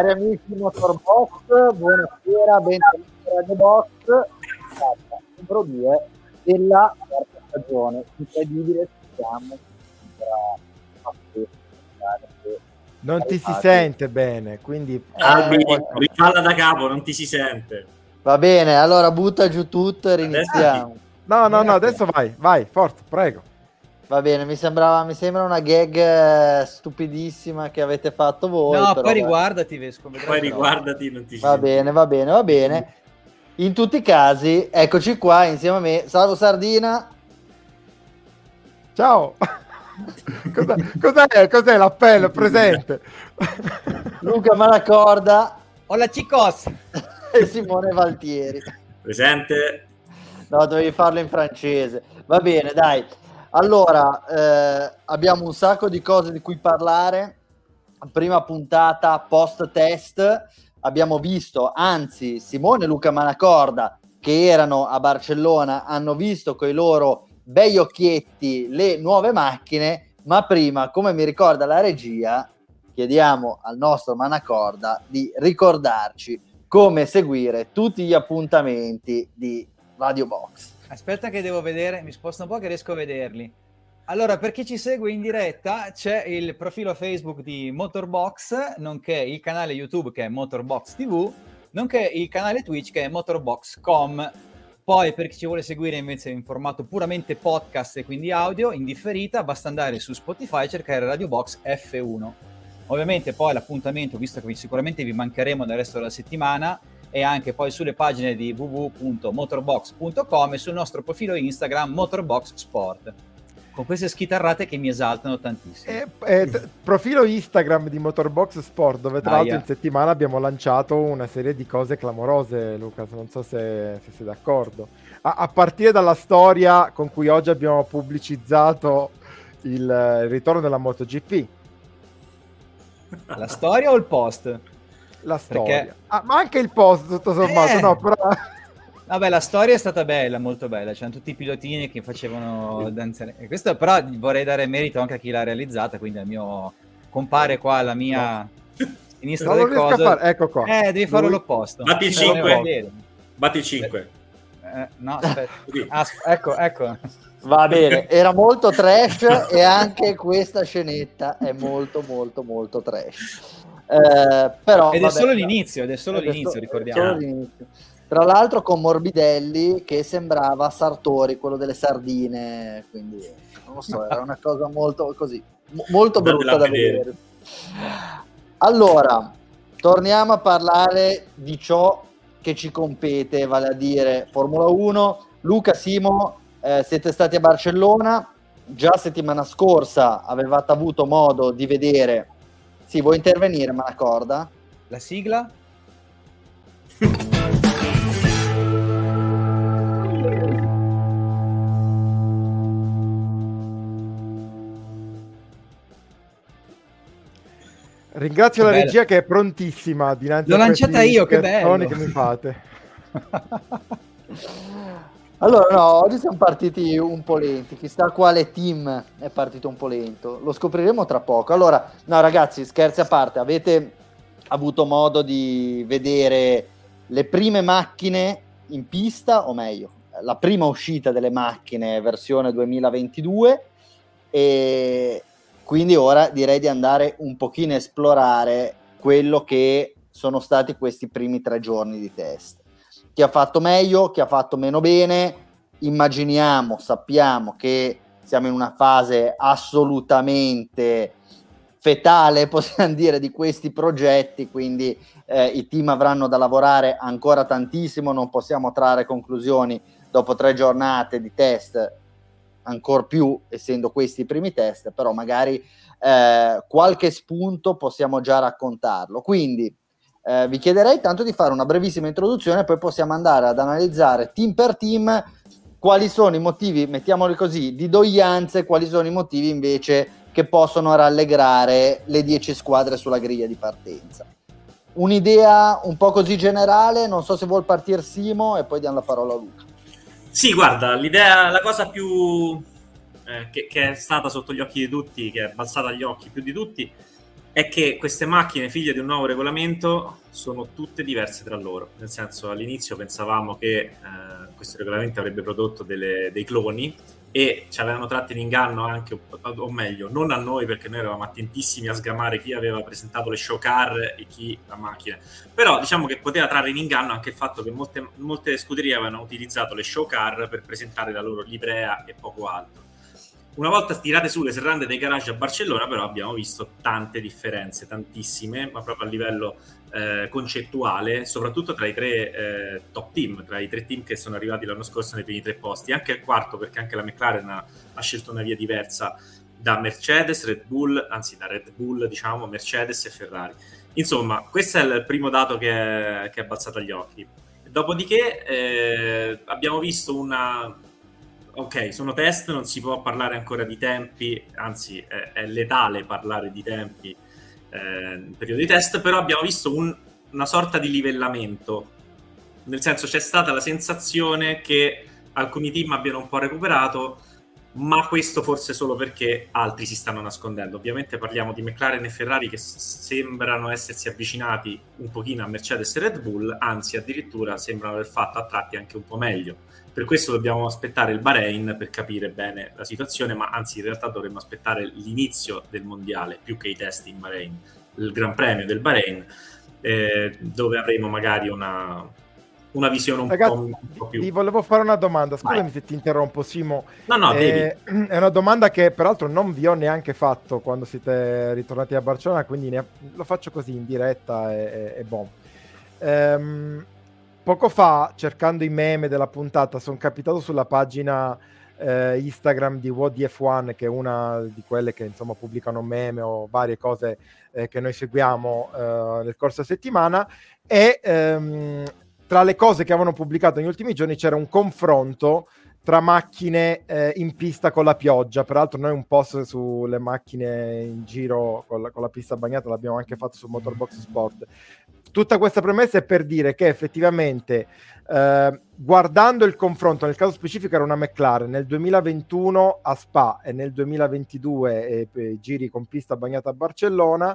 Cari amici di Motorbox, buonasera, benvenuti a Radio Box, numero 2 della quarta stagione. Incredibile, siamo non ti si sente bene, quindi Albi, rifalla da capo, non ti si sente. Va bene, allora butta giù tutto e riniziamo. No, adesso vai, forza, prego. Va bene, mi sembra una gag stupidissima che avete fatto voi. No, però poi riguardati, Vesco. Poi riguardati, non ti si va sente. va bene. In tutti i casi, eccoci qua insieme a me. Salvo Sardina. Ciao. Cos'è l'appello presente? Luca Malacorda. Hola chicos. E Simone Valtieri. Presente. No, dovevi farlo in francese. Va bene, dai. Allora, abbiamo un sacco di cose di cui parlare. Prima puntata post-test. Abbiamo visto, anzi, Simone e Luca Manacorda, che erano a Barcellona, hanno visto coi loro bei occhietti le nuove macchine, ma prima, come mi ricorda la regia, chiediamo al nostro Manacorda di ricordarci come seguire tutti gli appuntamenti di Radio Box. Aspetta che devo vedere, mi sposto un po' che riesco a vederli. Allora, per chi ci segue in diretta, c'è il profilo Facebook di Motorbox, nonché il canale YouTube che è Motorbox TV, nonché il canale Twitch che è Motorbox.com. Poi per chi ci vuole seguire invece in formato puramente podcast e quindi audio, in differita, basta andare su Spotify e cercare Radio Box F1. Ovviamente poi l'appuntamento, visto che sicuramente vi mancheremo nel resto della settimana, e anche poi sulle pagine di www.motorbox.com e sul nostro profilo Instagram Motorbox Sport, con queste schitarrate che mi esaltano tantissimo. Profilo Instagram di Motorbox Sport, dove tra l'altro in settimana abbiamo lanciato una serie di cose clamorose, Luca, non so se sei d'accordo, a partire dalla storia con cui oggi abbiamo pubblicizzato il ritorno della MotoGP. La storia o il post? La storia. Ma anche il post, tutto sommato, no, però... Vabbè, la storia è stata bella, molto bella. C'erano tutti i pilotini che facevano danzare. E questo però vorrei dare merito anche a chi l'ha realizzata, quindi al mio compare qua alla mia sinistra del coso. Ecco qua. Devi fare l'opposto. Batti il 5. Batti il 5. No, aspetta. Ecco. Va bene, era molto trash e anche questa scenetta è molto molto molto trash. Però, ed è solo l'inizio, ricordiamo. Solo l'inizio. Tra l'altro con Morbidelli che sembrava Sartori, quello delle sardine, quindi non lo so, era una cosa molto così, molto brutta da vedere. Allora, torniamo a parlare di ciò che ci compete, vale a dire Formula 1. Luca, Simo, siete stati a Barcellona, già settimana scorsa avevate avuto modo di vedere. Sì, vuoi intervenire, Manacorda? La sigla? Ringrazio la regia che è prontissima dinanzi l'ho lanciata io, che bello che mi fate. Allora, no, oggi siamo partiti un po' lenti. Chissà quale team è partito un po' lento. Lo scopriremo tra poco. Allora, no, ragazzi, scherzi a parte, avete avuto modo di vedere le prime macchine in pista, o meglio, la prima uscita delle macchine versione 2022, e quindi ora direi di andare un pochino a esplorare quello che sono stati questi primi 3 giorni di test. Chi ha fatto meglio, chi ha fatto meno bene. Immaginiamo, sappiamo che siamo in una fase assolutamente fetale, possiamo dire, di questi progetti, quindi i team avranno da lavorare ancora tantissimo, non possiamo trarre conclusioni dopo 3 giornate di test, ancor più essendo questi i primi test, però magari qualche spunto possiamo già raccontarlo. Quindi vi chiederei tanto di fare una brevissima introduzione, poi possiamo andare ad analizzare team per team quali sono i motivi, mettiamoli così, di doglianza e quali sono i motivi invece che possono rallegrare le 10 squadre sulla griglia di partenza. Un'idea un po' così generale, non so se vuol partire Simo e poi diamo la parola a Luca. Sì, guarda, l'idea, la cosa più che è stata sotto gli occhi di tutti, che è balzata agli occhi più di tutti, è che queste macchine figlie di un nuovo regolamento sono tutte diverse tra loro, nel senso all'inizio pensavamo che questo regolamento avrebbe prodotto dei cloni e ci avevano tratto in inganno anche, o meglio, non a noi perché noi eravamo attentissimi a sgamare chi aveva presentato le show car e chi la macchina, però diciamo che poteva trarre in inganno anche il fatto che molte scuderie avevano utilizzato le show car per presentare la loro livrea e poco altro. Una volta tirate su le serrande dei garage a Barcellona, però abbiamo visto tante differenze, tantissime, ma proprio a livello concettuale, soprattutto tra i tre top team, tra i tre team che sono arrivati l'anno scorso nei primi tre posti, anche il quarto, perché anche la McLaren ha scelto una via diversa da Mercedes, da Red Bull, diciamo, Mercedes e Ferrari. Insomma, questo è il primo dato che è balzato agli occhi. Dopodiché abbiamo visto ok, sono test, non si può parlare ancora di tempi, anzi è letale parlare di tempi in periodo di test, però abbiamo visto una sorta di livellamento, nel senso c'è stata la sensazione che alcuni team abbiano un po' recuperato, ma questo forse solo perché altri si stanno nascondendo. Ovviamente parliamo di McLaren e Ferrari che sembrano essersi avvicinati un pochino a Mercedes e Red Bull, anzi addirittura sembrano aver fatto a tratti anche un po' meglio. Per questo dobbiamo aspettare il Bahrain per capire bene la situazione, ma anzi in realtà dovremmo aspettare l'inizio del mondiale più che i test in Bahrain, il Gran Premio del Bahrain, dove avremo magari una visione un po' più... Vi volevo fare una domanda, scusami Vai. se ti interrompo Simo. No, devi. È una domanda che peraltro non vi ho neanche fatto quando siete ritornati a Barcellona, quindi lo faccio così in diretta e boh. Poco fa, cercando i meme della puntata, sono capitato sulla pagina Instagram di What the F1, che è una di quelle che insomma pubblicano meme o varie cose che noi seguiamo nel corso della settimana, e tra le cose che avevano pubblicato negli ultimi giorni c'era un confronto tra macchine in pista con la pioggia. Peraltro noi un post sulle macchine in giro con la pista bagnata l'abbiamo anche fatto su Motorbox Sport. Tutta questa premessa è per dire che effettivamente guardando il confronto, nel caso specifico era una McLaren nel 2021 a Spa e nel 2022 giri con pista bagnata a Barcellona,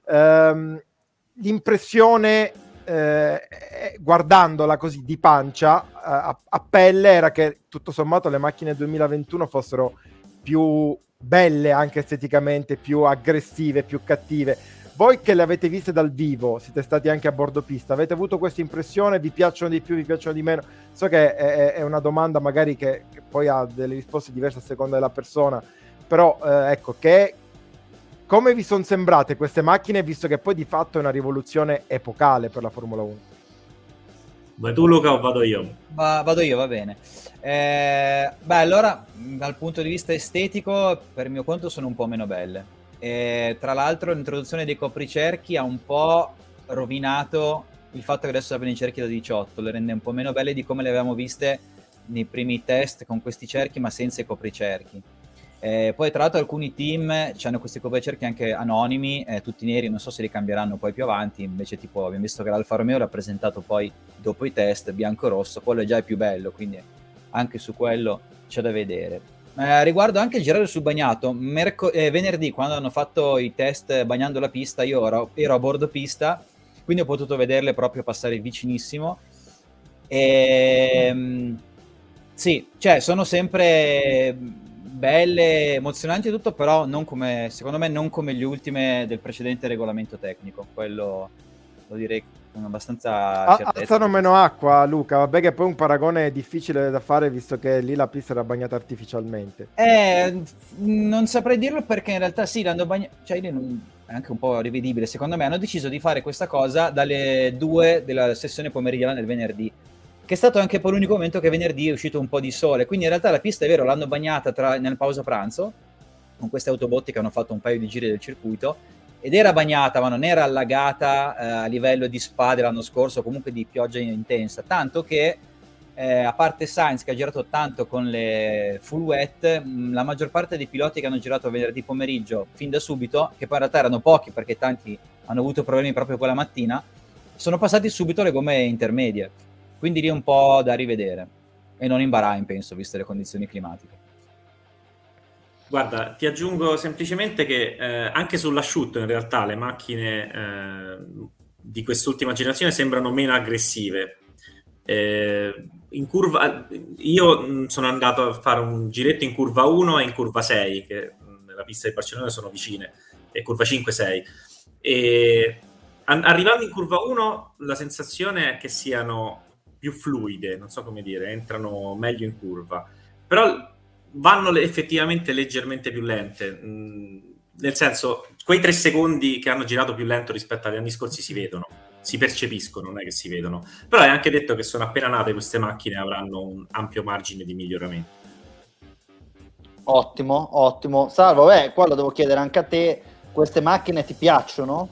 l'impressione guardandola così di pancia a pelle era che tutto sommato le macchine 2021 fossero più belle anche esteticamente, più aggressive, più cattive. Voi che le avete viste dal vivo, siete stati anche a bordo pista, avete avuto questa impressione? Vi piacciono di più, vi piacciono di meno? So che è una domanda magari che poi ha delle risposte diverse a seconda della persona, però ecco, come vi sono sembrate queste macchine, visto che poi di fatto è una rivoluzione epocale per la Formula 1? Vai tu Luca o vado io? Vado io, va bene. Allora, dal punto di vista estetico, per mio conto sono un po' meno belle. Tra l'altro l'introduzione dei copricerchi ha un po' rovinato il fatto che adesso abbiano i cerchi da 18, le rende un po' meno belle di come le avevamo viste nei primi test con questi cerchi ma senza i copricerchi. Poi tra l'altro alcuni team hanno questi copricerchi anche anonimi, tutti neri, non so se li cambieranno poi più avanti, invece tipo abbiamo visto che l'Alfa Romeo l'ha presentato poi dopo i test bianco-rosso, quello è già più bello, quindi anche su quello c'è da vedere. Riguardo anche il girare sul bagnato, venerdì quando hanno fatto i test bagnando la pista io ero a bordo pista, quindi ho potuto vederle proprio passare vicinissimo sì, cioè sono sempre belle, emozionanti e tutto, però non come, secondo me non come le ultime del precedente regolamento tecnico, quello lo direi con abbastanza certezza. Alzano meno acqua, Luca, vabbè che poi un paragone difficile da fare visto che lì la pista era bagnata artificialmente. Non saprei dirlo perché in realtà sì, l'hanno bagnato, cioè è anche un po' rivedibile, secondo me hanno deciso di fare questa cosa dalle 2 della sessione pomeridiana del venerdì, che è stato anche poi l'unico momento che venerdì è uscito un po' di sole, quindi in realtà la pista è vero, l'hanno bagnata nel pausa pranzo, con queste autobotti che hanno fatto un paio di giri del circuito, ed era bagnata, ma non era allagata a livello di Spa dell'anno scorso, comunque di pioggia intensa, tanto che, a parte Sainz che ha girato tanto con le full wet, la maggior parte dei piloti che hanno girato venerdì pomeriggio, fin da subito, che poi in realtà erano pochi perché tanti hanno avuto problemi proprio quella mattina, sono passati subito le gomme intermedie. Quindi lì è un po' da rivedere. E non in Bahrain, penso, viste le condizioni climatiche. Guarda, ti aggiungo semplicemente che anche sull'asciutto in realtà le macchine di quest'ultima generazione sembrano meno aggressive. In curva, io sono andato a fare un giretto in curva 1 e in curva 6, che nella pista di Barcellona sono vicine, e curva 5-6. E arrivando in curva 1 la sensazione è che siano più fluide, non so come dire, entrano meglio in curva, però vanno effettivamente leggermente più lente, nel senso, quei 3 secondi che hanno girato più lento rispetto agli anni scorsi si vedono, si percepiscono, non è che si vedono, però è anche detto che sono appena nate queste macchine, avranno un ampio margine di miglioramento. Ottimo. Salvo, qua lo devo chiedere anche a te, queste macchine ti piacciono?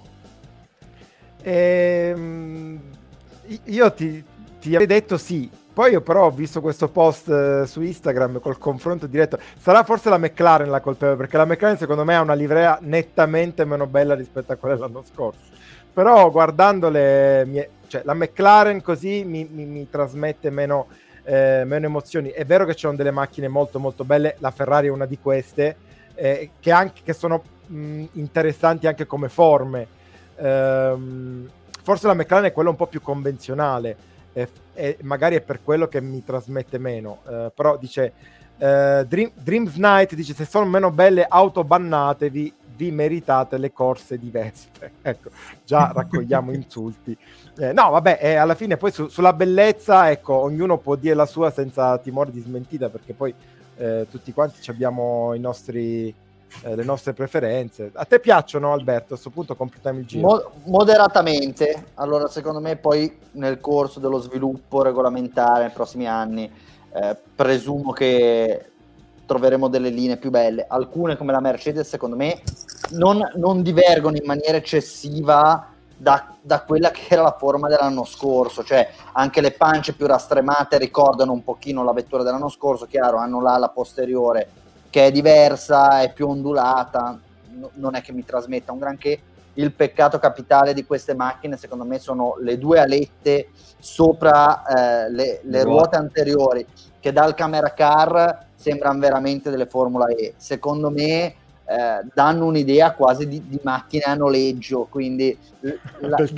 Io ti avrei detto sì. Poi io però ho visto questo post su Instagram col confronto diretto. Sarà forse la McLaren la colpevole, perché la McLaren secondo me ha una livrea nettamente meno bella rispetto a quella dell'anno scorso. Però guardandole, cioè la McLaren così mi trasmette meno emozioni. È vero che ci sono delle macchine molto molto belle, la Ferrari è una di queste, che sono interessanti anche come forme. Forse la McLaren è quella un po' più convenzionale, e magari è per quello che mi trasmette meno, però dice Dreams Night dice: se sono meno belle auto bannatevi, vi meritate le corse di Vespe. Ecco, già raccogliamo insulti. No vabbè, alla fine poi sulla bellezza, ecco, ognuno può dire la sua senza timore di smentita, perché poi tutti quanti abbiamo le nostre preferenze. A te piacciono, Alberto? A questo punto completiamo il giro. Moderatamente. Allora, secondo me poi nel corso dello sviluppo regolamentare nei prossimi anni presumo che troveremo delle linee più belle. Alcune, come la Mercedes, secondo me non divergono in maniera eccessiva da quella che era la forma dell'anno scorso, cioè anche le pance più rastremate ricordano un pochino la vettura dell'anno scorso. Chiaro, hanno la posteriore che è diversa, è più ondulata, non è che mi trasmetta un granché. Il peccato capitale di queste macchine secondo me sono le 2 alette sopra le ruote anteriori, che dal camera car sembrano veramente delle Formula E. Secondo me danno un'idea quasi di macchine a noleggio, quindi il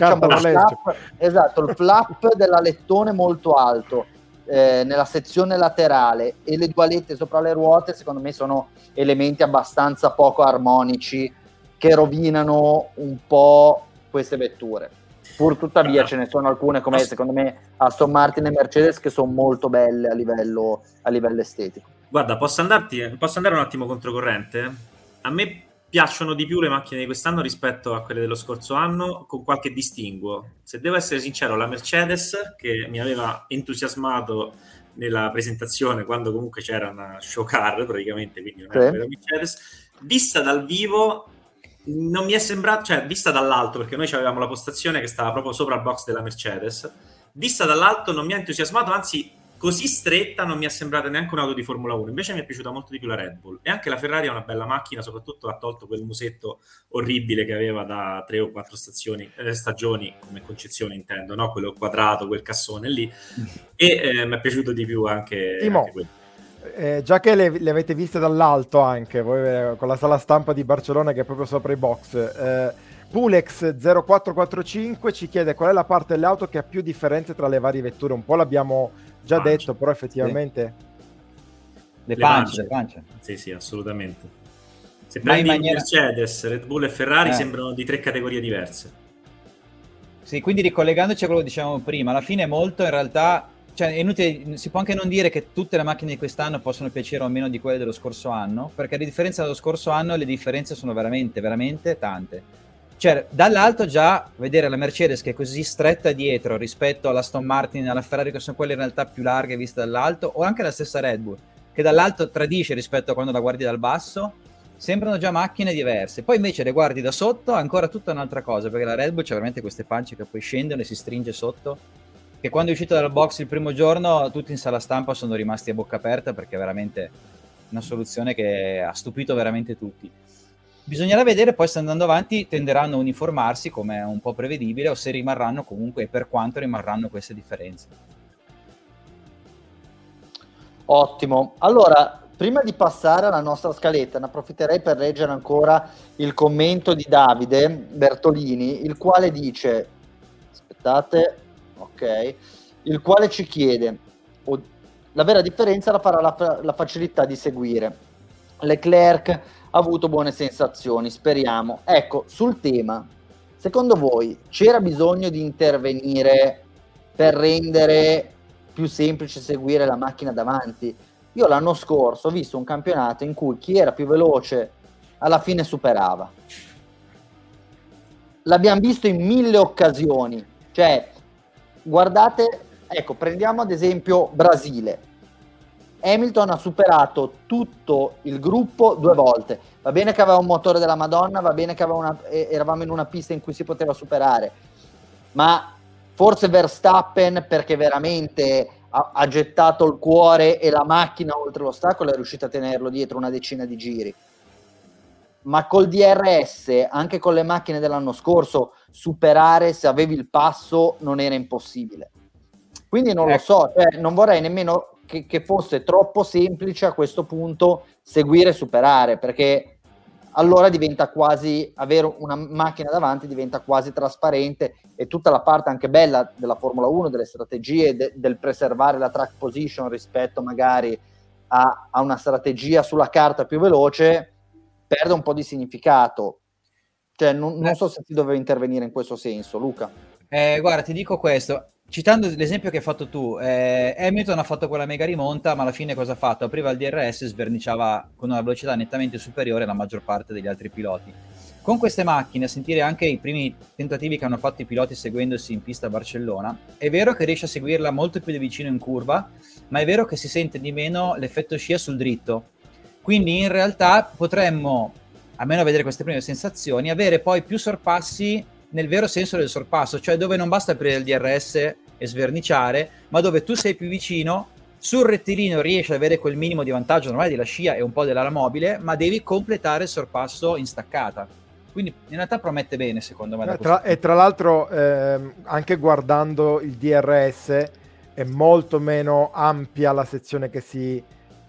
flap dell'alettone molto alto nella sezione laterale e le 2 alette sopra le ruote, secondo me sono elementi abbastanza poco armonici che rovinano un po' queste vetture. Pur tuttavia ce ne sono alcune, come secondo me Aston Martin e Mercedes, che sono molto belle a livello estetico. Guarda, posso andare un attimo controcorrente? A me piacciono di più le macchine di quest'anno rispetto a quelle dello scorso anno, con qualche distinguo. Se devo essere sincero, la Mercedes, che mi aveva entusiasmato nella presentazione, quando comunque c'era una show car praticamente, quindi non era la Mercedes, vista dal vivo non mi è sembrato, cioè vista dall'alto, perché noi avevamo la postazione che stava proprio sopra il box della Mercedes, vista dall'alto non mi ha entusiasmato, anzi così stretta non mi è sembrata neanche un'auto di Formula 1, invece mi è piaciuta molto di più la Red Bull. E anche la Ferrari è una bella macchina, soprattutto ha tolto quel musetto orribile che aveva da 3 o 4 stagioni, come concezione intendo, no? Quello quadrato, quel cassone lì, e mi è piaciuto di più anche quello. Già che le avete viste dall'alto anche voi, con la sala stampa di Barcellona che è proprio sopra i box, Pulex 0445 ci chiede qual è la parte delle auto che ha più differenze tra le varie vetture. Un po' l'abbiamo già detto, però effettivamente le pance. Sì, assolutamente. Se prendi Mercedes, Red Bull e Ferrari sembrano di 3 categorie diverse. Sì, quindi ricollegandoci a quello che dicevamo prima, alla fine molto in realtà, cioè è inutile, si può anche non dire che tutte le macchine di quest'anno possono piacere o meno di quelle dello scorso anno, perché a differenza dello scorso anno le differenze sono veramente, veramente tante. Cioè, dall'alto già vedere la Mercedes che è così stretta dietro rispetto all'Aston Martin e alla Ferrari, che sono quelle in realtà più larghe viste dall'alto, o anche la stessa Red Bull, che dall'alto tradisce rispetto a quando la guardi dal basso, sembrano già macchine diverse. Poi invece le guardi da sotto, è ancora tutta un'altra cosa, perché la Red Bull c'ha veramente queste pance che poi scendono e si stringe sotto, che quando è uscito dal box il primo giorno tutti in sala stampa sono rimasti a bocca aperta, perché è veramente una soluzione che ha stupito veramente tutti. Bisognerà vedere poi se andando avanti tenderanno a uniformarsi, come è un po' prevedibile, o se rimarranno comunque, e per quanto rimarranno queste differenze. Ottimo. Allora, prima di passare alla nostra scaletta, ne approfitterei per leggere ancora il commento di Davide Bertolini, il quale dice, aspettate, ok, il quale ci chiede, la vera differenza la farà la facilità di seguire. Leclerc ha avuto buone sensazioni, speriamo. Ecco, sul tema, secondo voi c'era bisogno di intervenire per rendere più semplice seguire la macchina davanti? Io l'anno scorso ho visto un campionato in cui chi era più veloce alla fine superava. L'abbiamo visto in 1000 occasioni. Cioè, guardate, ecco, prendiamo ad esempio Brasile. Hamilton ha superato tutto il gruppo 2 volte. Va bene che aveva un motore della Madonna, va bene che eravamo in una pista in cui si poteva superare, ma forse Verstappen, perché veramente ha gettato il cuore e la macchina oltre l'ostacolo, è riuscito a tenerlo dietro una decina di giri. Ma col DRS, anche con le macchine dell'anno scorso, superare, se avevi il passo, non era impossibile. Quindi non lo so, cioè, non vorrei nemmeno che fosse troppo semplice a questo punto seguire e superare, perché allora diventa quasi, avere una macchina davanti diventa quasi trasparente, e tutta la parte anche bella della Formula 1, delle strategie, del preservare la track position rispetto magari a una strategia sulla carta più veloce, perde un po' di significato. Cioè, non so se ti dovevo intervenire in questo senso, Luca. Guarda, ti dico questo, citando l'esempio che hai fatto tu, Hamilton ha fatto quella mega rimonta, ma alla fine cosa ha fatto? Apriva il DRS e sverniciava con una velocità nettamente superiore alla maggior parte degli altri piloti. Con queste macchine, a sentire anche i primi tentativi che hanno fatto i piloti seguendosi in pista a Barcellona, è vero che riesce a seguirla molto più da vicino in curva, ma è vero che si sente di meno l'effetto scia sul dritto. Quindi in realtà potremmo, almeno a vedere queste prime sensazioni, avere poi più sorpassi nel vero senso del sorpasso, cioè dove non basta aprire il DRS e sverniciare, ma dove tu sei più vicino, sul rettilineo riesci ad avere quel minimo di vantaggio normale della scia e un po' dell'ala mobile, ma devi completare il sorpasso in staccata. Quindi in realtà promette bene, secondo me. E tra l'altro anche guardando il DRS è molto meno ampia la sezione che si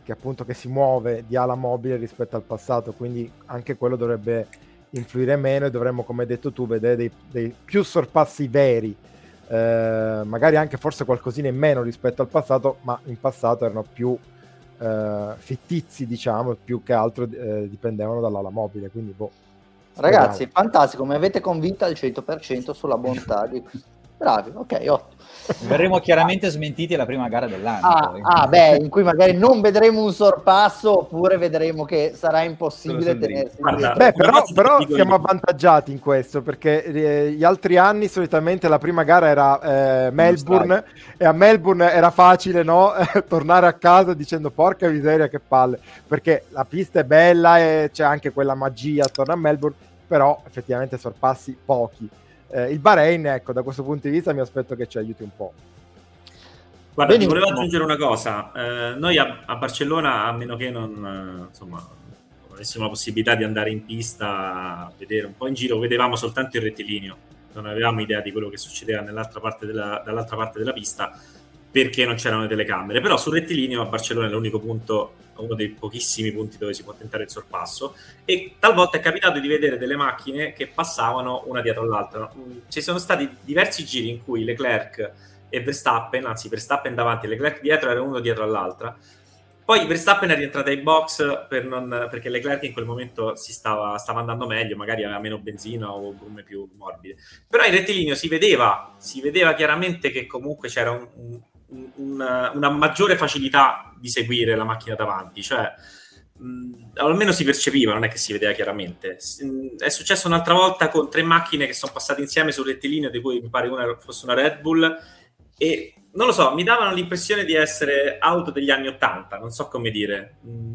muove di ala mobile rispetto al passato, quindi anche quello dovrebbe influire meno e dovremmo, come hai detto tu, vedere dei più sorpassi veri, magari anche forse qualcosina in meno rispetto al passato, ma in passato erano più fittizi, diciamo, più che altro dipendevano dall'ala mobile, quindi ragazzi, fantastico, mi avete convinto al 100% sulla bontà di... Bravi, ok, ottimo. Verremo chiaramente smentiti alla prima gara dell'anno. In cui magari non vedremo un sorpasso, oppure vedremo che sarà impossibile tenersi. Però siamo avvantaggiati in questo, perché gli altri anni solitamente la prima gara era Melbourne, e a Melbourne era facile, no? Tornare a casa dicendo porca miseria che palle, perché la pista è bella e c'è anche quella magia attorno a Melbourne, però effettivamente sorpassi pochi. Il Bahrain, ecco, da questo punto di vista mi aspetto che ci aiuti un po'. Guarda, ti volevo aggiungere una cosa. Noi a Barcellona, a meno che non avessimo la possibilità di andare in pista a vedere un po' in giro, vedevamo soltanto il rettilineo, non avevamo idea di quello che succedeva dall'altra parte della pista, perché non c'erano le telecamere. Però sul rettilineo a Barcellona è l'unico punto, uno dei pochissimi punti dove si può tentare il sorpasso, e talvolta è capitato di vedere delle macchine che passavano una dietro l'altra. Ci sono stati diversi giri in cui Leclerc e Verstappen, anzi Verstappen davanti e Leclerc dietro, era uno dietro all'altra. Poi Verstappen è rientrato ai box perché Leclerc in quel momento stava andando meglio, magari aveva meno benzina o gomme più morbide. Però in rettilineo si vedeva chiaramente che comunque c'era una maggiore facilità di seguire la macchina davanti, cioè almeno si percepiva, non è che si vedeva chiaramente. È successo un'altra volta con 3 macchine che sono passate insieme sul rettilineo, di cui mi pare una fosse una Red Bull, e non lo so, mi davano l'impressione di essere auto degli anni 80, non so come dire,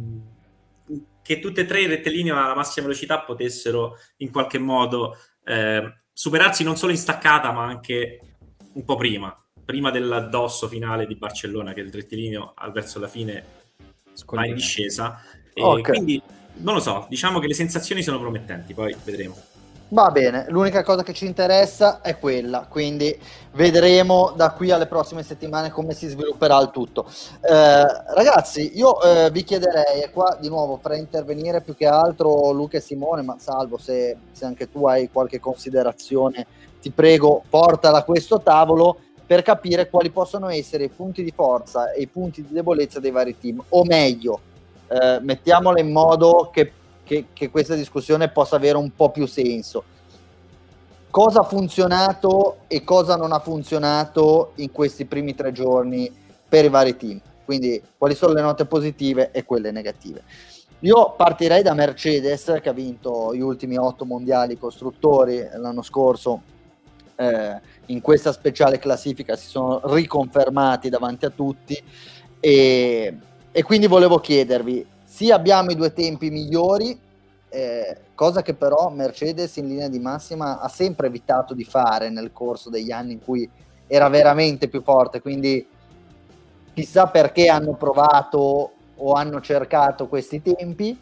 che tutte e 3 i rettilini alla massima velocità potessero in qualche modo superarsi non solo in staccata, ma anche un po' prima dell'addosso finale di Barcellona, che il rettilineo verso la fine va in discesa. E quindi non lo so, diciamo che le sensazioni sono promettenti, poi vedremo. Va bene, l'unica cosa che ci interessa è quella, quindi vedremo da qui alle prossime settimane come si svilupperà il tutto. Ragazzi, io vi chiederei, e qua di nuovo farei intervenire più che altro Luca e Simone, ma Salvo, se anche tu hai qualche considerazione, ti prego, portala a questo tavolo per capire quali possono essere i punti di forza e i punti di debolezza dei vari team, o meglio, mettiamolo in modo che questa discussione possa avere un po' più senso. Cosa ha funzionato e cosa non ha funzionato in questi primi 3 giorni per i vari team? Quindi quali sono le note positive e quelle negative? Io partirei da Mercedes, che ha vinto gli ultimi 8 mondiali costruttori l'anno scorso. In questa speciale classifica si sono riconfermati davanti a tutti e quindi volevo chiedervi: sì, abbiamo i 2 tempi migliori, cosa che però Mercedes in linea di massima ha sempre evitato di fare nel corso degli anni in cui era veramente più forte, quindi chissà perché hanno provato o hanno cercato questi tempi.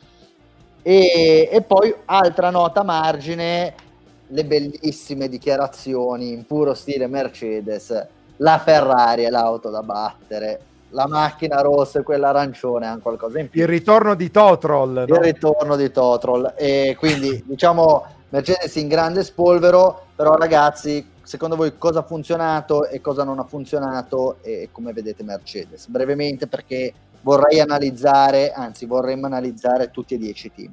E poi altra nota a margine, le bellissime dichiarazioni in puro stile Mercedes: la Ferrari è l'auto da battere, la macchina rossa e quella arancione hanno qualcosa in più. Il ritorno di Totroll, il ritorno di Totroll, e quindi diciamo Mercedes in grande spolvero. Però ragazzi, secondo voi cosa ha funzionato e cosa non ha funzionato, e come vedete Mercedes brevemente, perché vorremmo analizzare tutti e 10 team.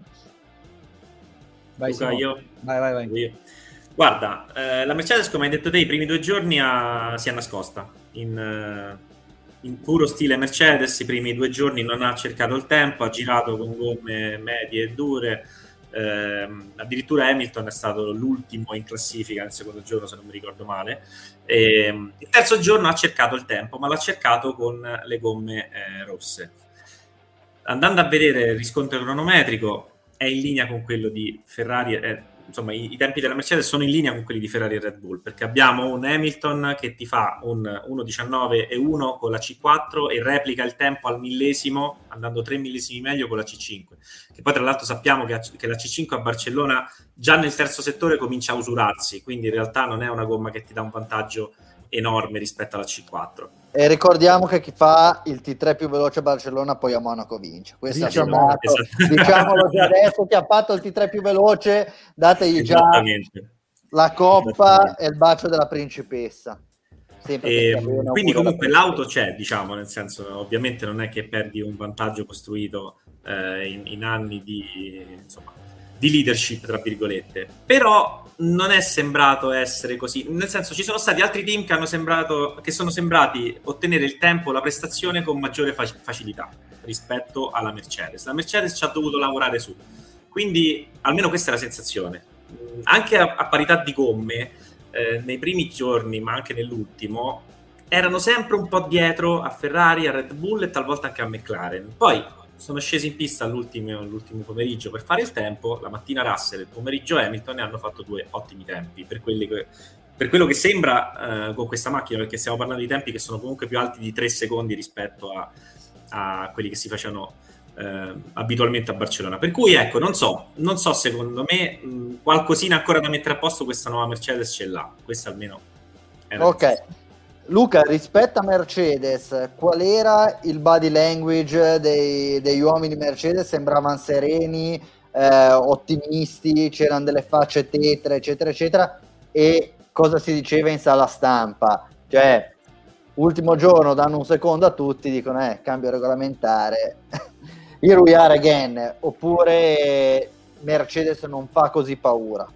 Vai, Luca, io? Vai. Io. Guarda, la Mercedes, come hai detto te, i primi 2 giorni si è nascosta in puro stile Mercedes. I primi 2 giorni non ha cercato il tempo, ha girato con gomme medie e dure, addirittura Hamilton è stato l'ultimo in classifica nel secondo giorno, se non mi ricordo male. Il terzo giorno ha cercato il tempo, ma l'ha cercato con le gomme rosse. Andando a vedere il riscontro cronometrico, è in linea con quello di Ferrari, insomma i tempi della Mercedes sono in linea con quelli di Ferrari e Red Bull, perché abbiamo un Hamilton che ti fa un 1.19.1 con la C4 e replica il tempo al millesimo, andando 3 millesimi meglio con la C5, che poi tra l'altro sappiamo che la C5 a Barcellona già nel terzo settore comincia a usurarsi, quindi in realtà non è una gomma che ti dà un vantaggio enorme rispetto alla C4. E ricordiamo che chi fa il T3 più veloce a Barcellona poi a Monaco vince. Questo esatto. Diciamolo già adesso, chi ha fatto il T3 più veloce, dategli già la coppa e il bacio della principessa. Quindi comunque l'auto c'è, diciamo, nel senso, ovviamente non è che perdi un vantaggio costruito in anni di leadership, tra virgolette, però non è sembrato essere così, nel senso ci sono stati altri team che sono sembrati ottenere il tempo, la prestazione con maggiore facilità rispetto alla Mercedes. La Mercedes ci ha dovuto lavorare su, quindi almeno questa è la sensazione. Anche a parità di gomme, nei primi giorni ma anche nell'ultimo erano sempre un po' dietro a Ferrari, a Red Bull e talvolta anche a McLaren. Poi sono scesi in pista l'ultimo pomeriggio per fare il tempo, la mattina Russell e il pomeriggio Hamilton, e hanno fatto 2 ottimi tempi per quello che sembra con questa macchina, perché stiamo parlando di tempi che sono comunque più alti di 3 secondi rispetto a quelli che si facevano abitualmente a Barcellona. Per cui ecco, non so, secondo me qualcosina ancora da mettere a posto questa nuova Mercedes ce l'ha, questa almeno è la sensazione. Luca, rispetto a Mercedes, qual era il body language degli uomini Mercedes? Sembravano sereni, ottimisti, c'erano delle facce tetre, eccetera, eccetera. E cosa si diceva in sala stampa? Cioè, ultimo giorno danno un secondo a tutti, dicono cambio regolamentare, here we are again, oppure Mercedes non fa così paura?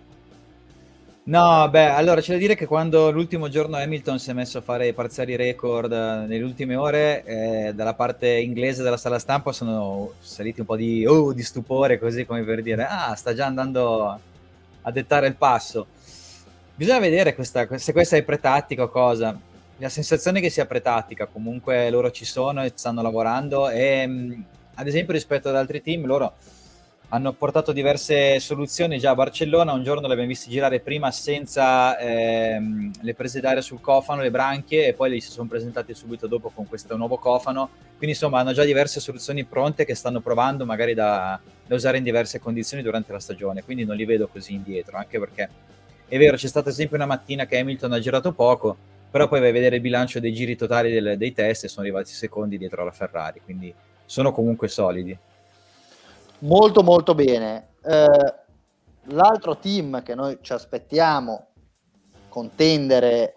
No, allora c'è da dire che quando l'ultimo giorno Hamilton si è messo a fare i parziali record nelle ultime ore, dalla parte inglese della sala stampa sono saliti un po' di stupore, così come per dire sta già andando a dettare il passo. Bisogna vedere se questa è pretattica o cosa. La sensazione è che sia pretattica, comunque loro ci sono e stanno lavorando, e ad esempio rispetto ad altri team loro hanno portato diverse soluzioni già a Barcellona. Un giorno le abbiamo visti girare prima senza le prese d'aria sul cofano, le branchie, e poi li si sono presentati subito dopo con questo nuovo cofano. Quindi insomma hanno già diverse soluzioni pronte che stanno provando magari da da usare in diverse condizioni durante la stagione, quindi non li vedo così indietro, anche perché è vero, c'è stata sempre una mattina che Hamilton ha girato poco, però poi vai a vedere il bilancio dei giri totali dei test e sono arrivati secondi dietro alla Ferrari, quindi sono comunque solidi. Molto molto bene. L'altro team che noi ci aspettiamo contendere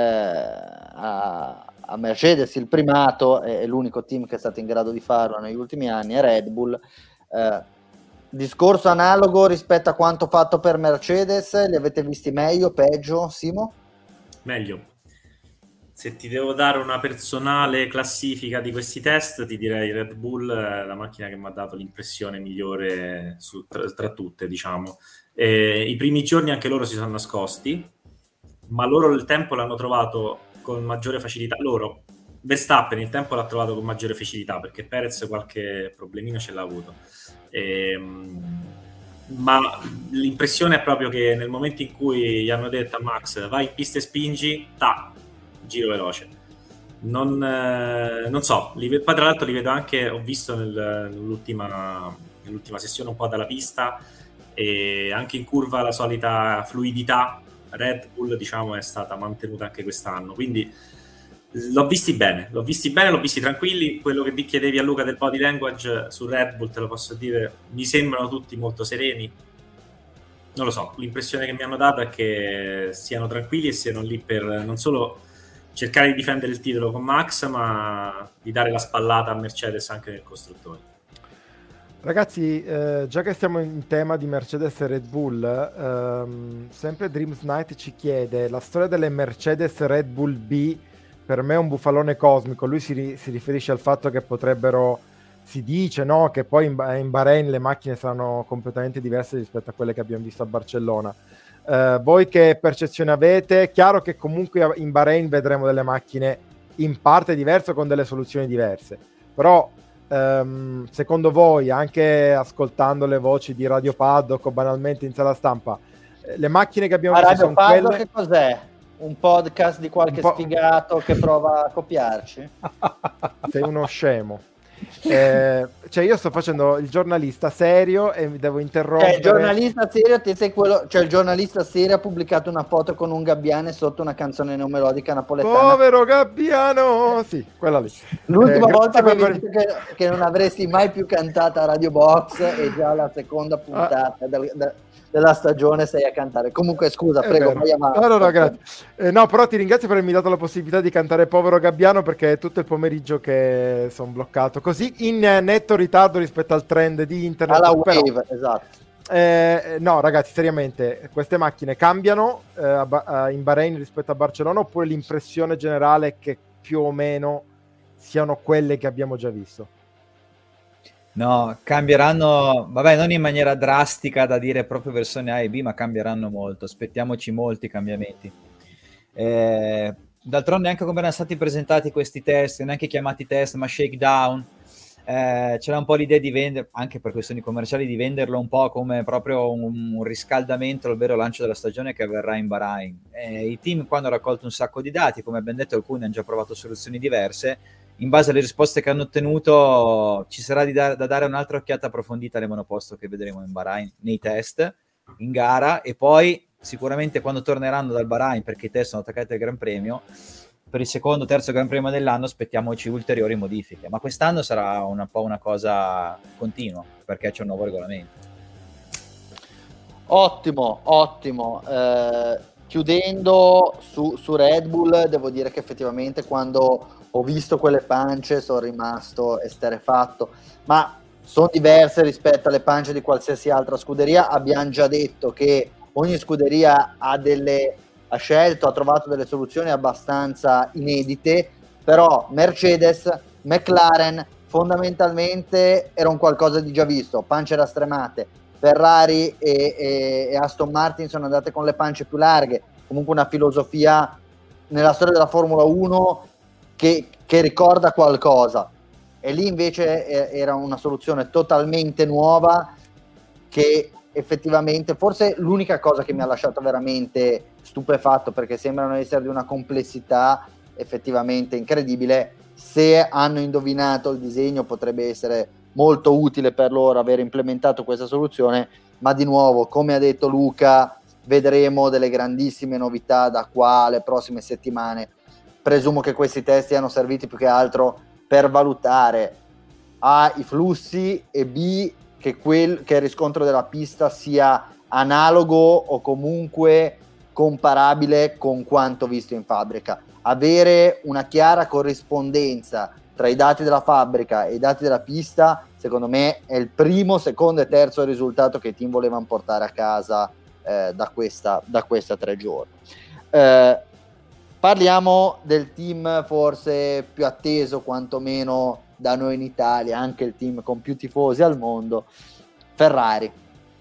a Mercedes il primato, è l'unico team che è stato in grado di farlo negli ultimi anni, è Red Bull. Discorso analogo rispetto a quanto fatto per Mercedes, li avete visti meglio, peggio, Simo? Meglio. Se ti devo dare una personale classifica di questi test, ti direi Red Bull, la macchina che mi ha dato l'impressione migliore tra tutte, diciamo. I primi giorni anche loro si sono nascosti, ma loro il tempo l'hanno trovato con maggiore facilità. Verstappen il tempo l'ha trovato con maggiore facilità, perché Perez qualche problemino ce l'ha avuto. Ma l'impressione è proprio che nel momento in cui gli hanno detto a Max vai in pista e spingi, giro veloce. Non so, poi tra l'altro li vedo anche, ho visto nell'ultima sessione un po' dalla pista, e anche in curva la solita fluidità Red Bull, diciamo, è stata mantenuta anche quest'anno, quindi l'ho visti bene, l'ho visti tranquilli. Quello che vi chiedevi a Luca del body language su Red Bull, te lo posso dire, mi sembrano tutti molto sereni. Non lo so, l'impressione che mi hanno dato è che siano tranquilli e siano lì per non solo cercare di difendere il titolo con Max, ma di dare la spallata a Mercedes anche nel costruttore. Ragazzi, già che stiamo in tema di Mercedes e Red Bull, sempre Dreams Night ci chiede: la storia delle Mercedes Red Bull B per me è un bufalone cosmico. Lui si riferisce al fatto che potrebbero, si dice, no, che poi in Bahrain le macchine saranno completamente diverse rispetto a quelle che abbiamo visto a Barcellona. Voi che percezione avete? Chiaro che comunque in Bahrain vedremo delle macchine in parte diverse con delle soluzioni diverse, però secondo voi, anche ascoltando le voci di Radio Paddock o banalmente in sala stampa, le macchine che abbiamo visto Radio sono Paddock quelle... che cos'è? Un podcast di qualche sfigato che prova a copiarci? Sei uno scemo. Cioè io sto facendo il giornalista serio e mi devo interrompere. Il giornalista serio, te sei quello, cioè il giornalista serio ha pubblicato una foto con un gabbiane sotto una canzone neomelodica napoletana. Povero Gabbiano! Sì, quella lì. L'ultima volta che avevi detto che non avresti mai più cantata a Radio Box, e già la seconda puntata della stagione sei a cantare. Comunque scusa, prego, vai avanti. No, grazie. No, però ti ringrazio per avermi dato la possibilità di cantare Povero Gabbiano, perché è tutto il pomeriggio che sono bloccato così in netto ritardo rispetto al trend di internet. Alla wave, esatto. No, ragazzi, seriamente, queste macchine cambiano in Bahrain rispetto a Barcellona, oppure l'impressione generale è che più o meno siano quelle che abbiamo già visto? No, cambieranno, vabbè, non in maniera drastica da dire proprio versione A e B, ma cambieranno molto. Aspettiamoci molti cambiamenti. D'altronde, anche come erano stati presentati questi test, neanche chiamati test, ma shakedown, c'era un po' l'idea di vendere, anche per questioni commerciali, di venderlo un po' come proprio un riscaldamento al vero lancio della stagione che avverrà in Bahrain. I team qua hanno raccolto un sacco di dati, come abbiamo detto, alcuni hanno già provato soluzioni diverse. In base alle risposte che hanno ottenuto ci sarà da dare un'altra occhiata approfondita alle monoposto che vedremo in Bahrain nei test, in gara, e poi sicuramente quando torneranno dal Bahrain, perché i test sono attaccati al Gran Premio, per il secondo, terzo Gran Premio dell'anno aspettiamoci ulteriori modifiche, ma quest'anno sarà un po' una cosa continua perché c'è un nuovo regolamento. Ottimo. Chiudendo su Red Bull, devo dire che effettivamente quando ho visto quelle pance sono rimasto esterrefatto, ma sono diverse rispetto alle pance di qualsiasi altra scuderia. Abbiamo già detto che ogni scuderia ha trovato delle soluzioni abbastanza inedite, però Mercedes, McLaren fondamentalmente era un qualcosa di già visto, pance rastremate. Ferrari e Aston Martin sono andate con le pance più larghe, comunque una filosofia nella storia della Formula 1 che ricorda qualcosa, e lì invece era una soluzione totalmente nuova che effettivamente, forse l'unica cosa che mi ha lasciato veramente stupefatto, perché sembrano essere di una complessità effettivamente incredibile, se hanno indovinato il disegno potrebbe essere molto utile per loro aver implementato questa soluzione, ma di nuovo, come ha detto Luca, vedremo delle grandissime novità da qua alle prossime settimane. Presumo che questi test siano serviti più che altro per valutare A, i flussi, e B, che il riscontro della pista sia analogo o comunque comparabile con quanto visto in fabbrica. Avere una chiara corrispondenza tra i dati della fabbrica e i dati della pista, secondo me, è il primo, secondo e terzo risultato che i team volevano portare a casa da questa 3 giorni. Parliamo del team forse più atteso, quantomeno da noi in Italia, anche il team con più tifosi al mondo, Ferrari.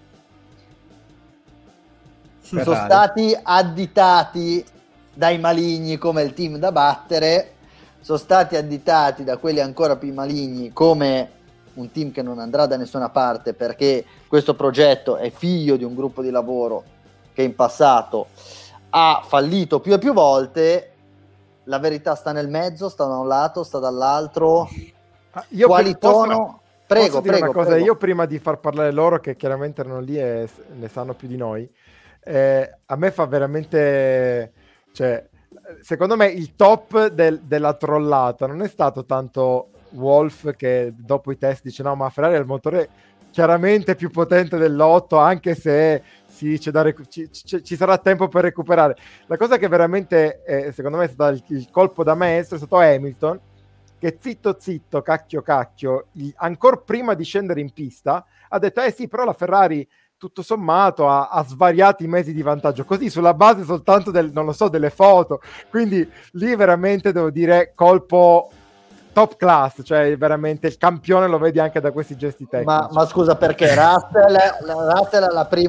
Sono stati additati dai maligni come il team da battere, sono stati additati da quelli ancora più maligni come un team che non andrà da nessuna parte, perché questo progetto è figlio di un gruppo di lavoro che in passato ha fallito più e più volte. La verità sta nel mezzo, sta da un lato, sta dall'altro. Quali sono? Prego. Io prima di far parlare loro, che chiaramente erano lì e ne sanno più di noi, a me fa veramente, cioè, secondo me il top della trollata non è stato tanto Wolf, che dopo i test dice no, ma Ferrari ha il motore chiaramente più potente dell'8, anche se sì, ci sarà tempo per recuperare. La cosa che veramente secondo me è stato il colpo da maestro è stato Hamilton, che zitto, cacchio, ancora prima di scendere in pista ha detto sì, però la Ferrari tutto sommato ha svariati mesi di vantaggio, così sulla base soltanto delle foto. Quindi lì veramente devo dire colpo top class, cioè veramente il campione lo vedi anche da questi gesti tecnici. Ma scusa, perché Russell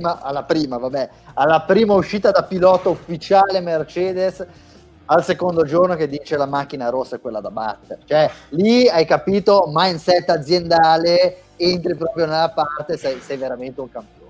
alla prima uscita da pilota ufficiale Mercedes, al secondo giorno che dice la macchina rossa è quella da battere, cioè lì hai capito, mindset aziendale, entri proprio nella parte, sei veramente un campione.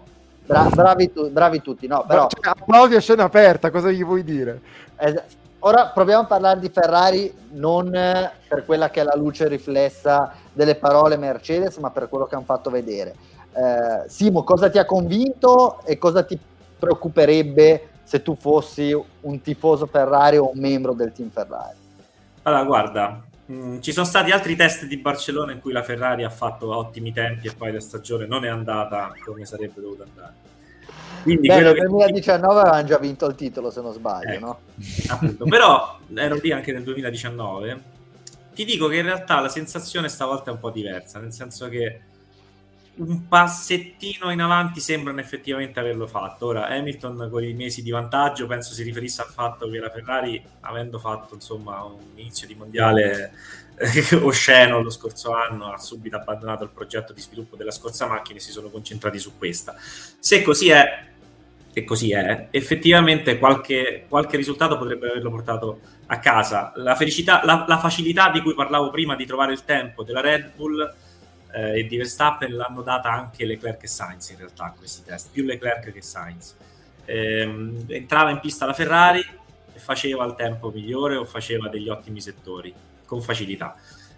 Bravi tutti, no? Però applausi a scena aperta, cosa gli vuoi dire? Ora proviamo a parlare di Ferrari non per quella che è la luce riflessa delle parole Mercedes, ma per quello che hanno fatto vedere. Simo, cosa ti ha convinto e cosa ti preoccuperebbe se tu fossi un tifoso Ferrari o un membro del team Ferrari? Allora, guarda, ci sono stati altri test di Barcellona in cui la Ferrari ha fatto ottimi tempi e poi la stagione non è andata come sarebbe dovuta andare. Quindi nel 2019 avevano già vinto il titolo, se non sbaglio, no? Appunto. Però ero lì anche nel 2019. Ti dico che in realtà la sensazione stavolta è un po' diversa, nel senso che un passettino in avanti sembrano effettivamente averlo fatto. Ora Hamilton con i mesi di vantaggio penso si riferisse al fatto che la Ferrari, avendo fatto insomma un inizio di mondiale osceno lo scorso anno, ha subito abbandonato il progetto di sviluppo della scorsa macchina e si sono concentrati su questa. Se così è, e così è, effettivamente qualche risultato potrebbe averlo portato a casa. La felicità, la facilità di cui parlavo prima di trovare il tempo della Red Bull e di Verstappen l'hanno data anche Leclerc e Sainz in realtà a questi test, più Leclerc che Sainz. Entrava in pista la Ferrari e faceva il tempo migliore o faceva degli ottimi settori con facilità.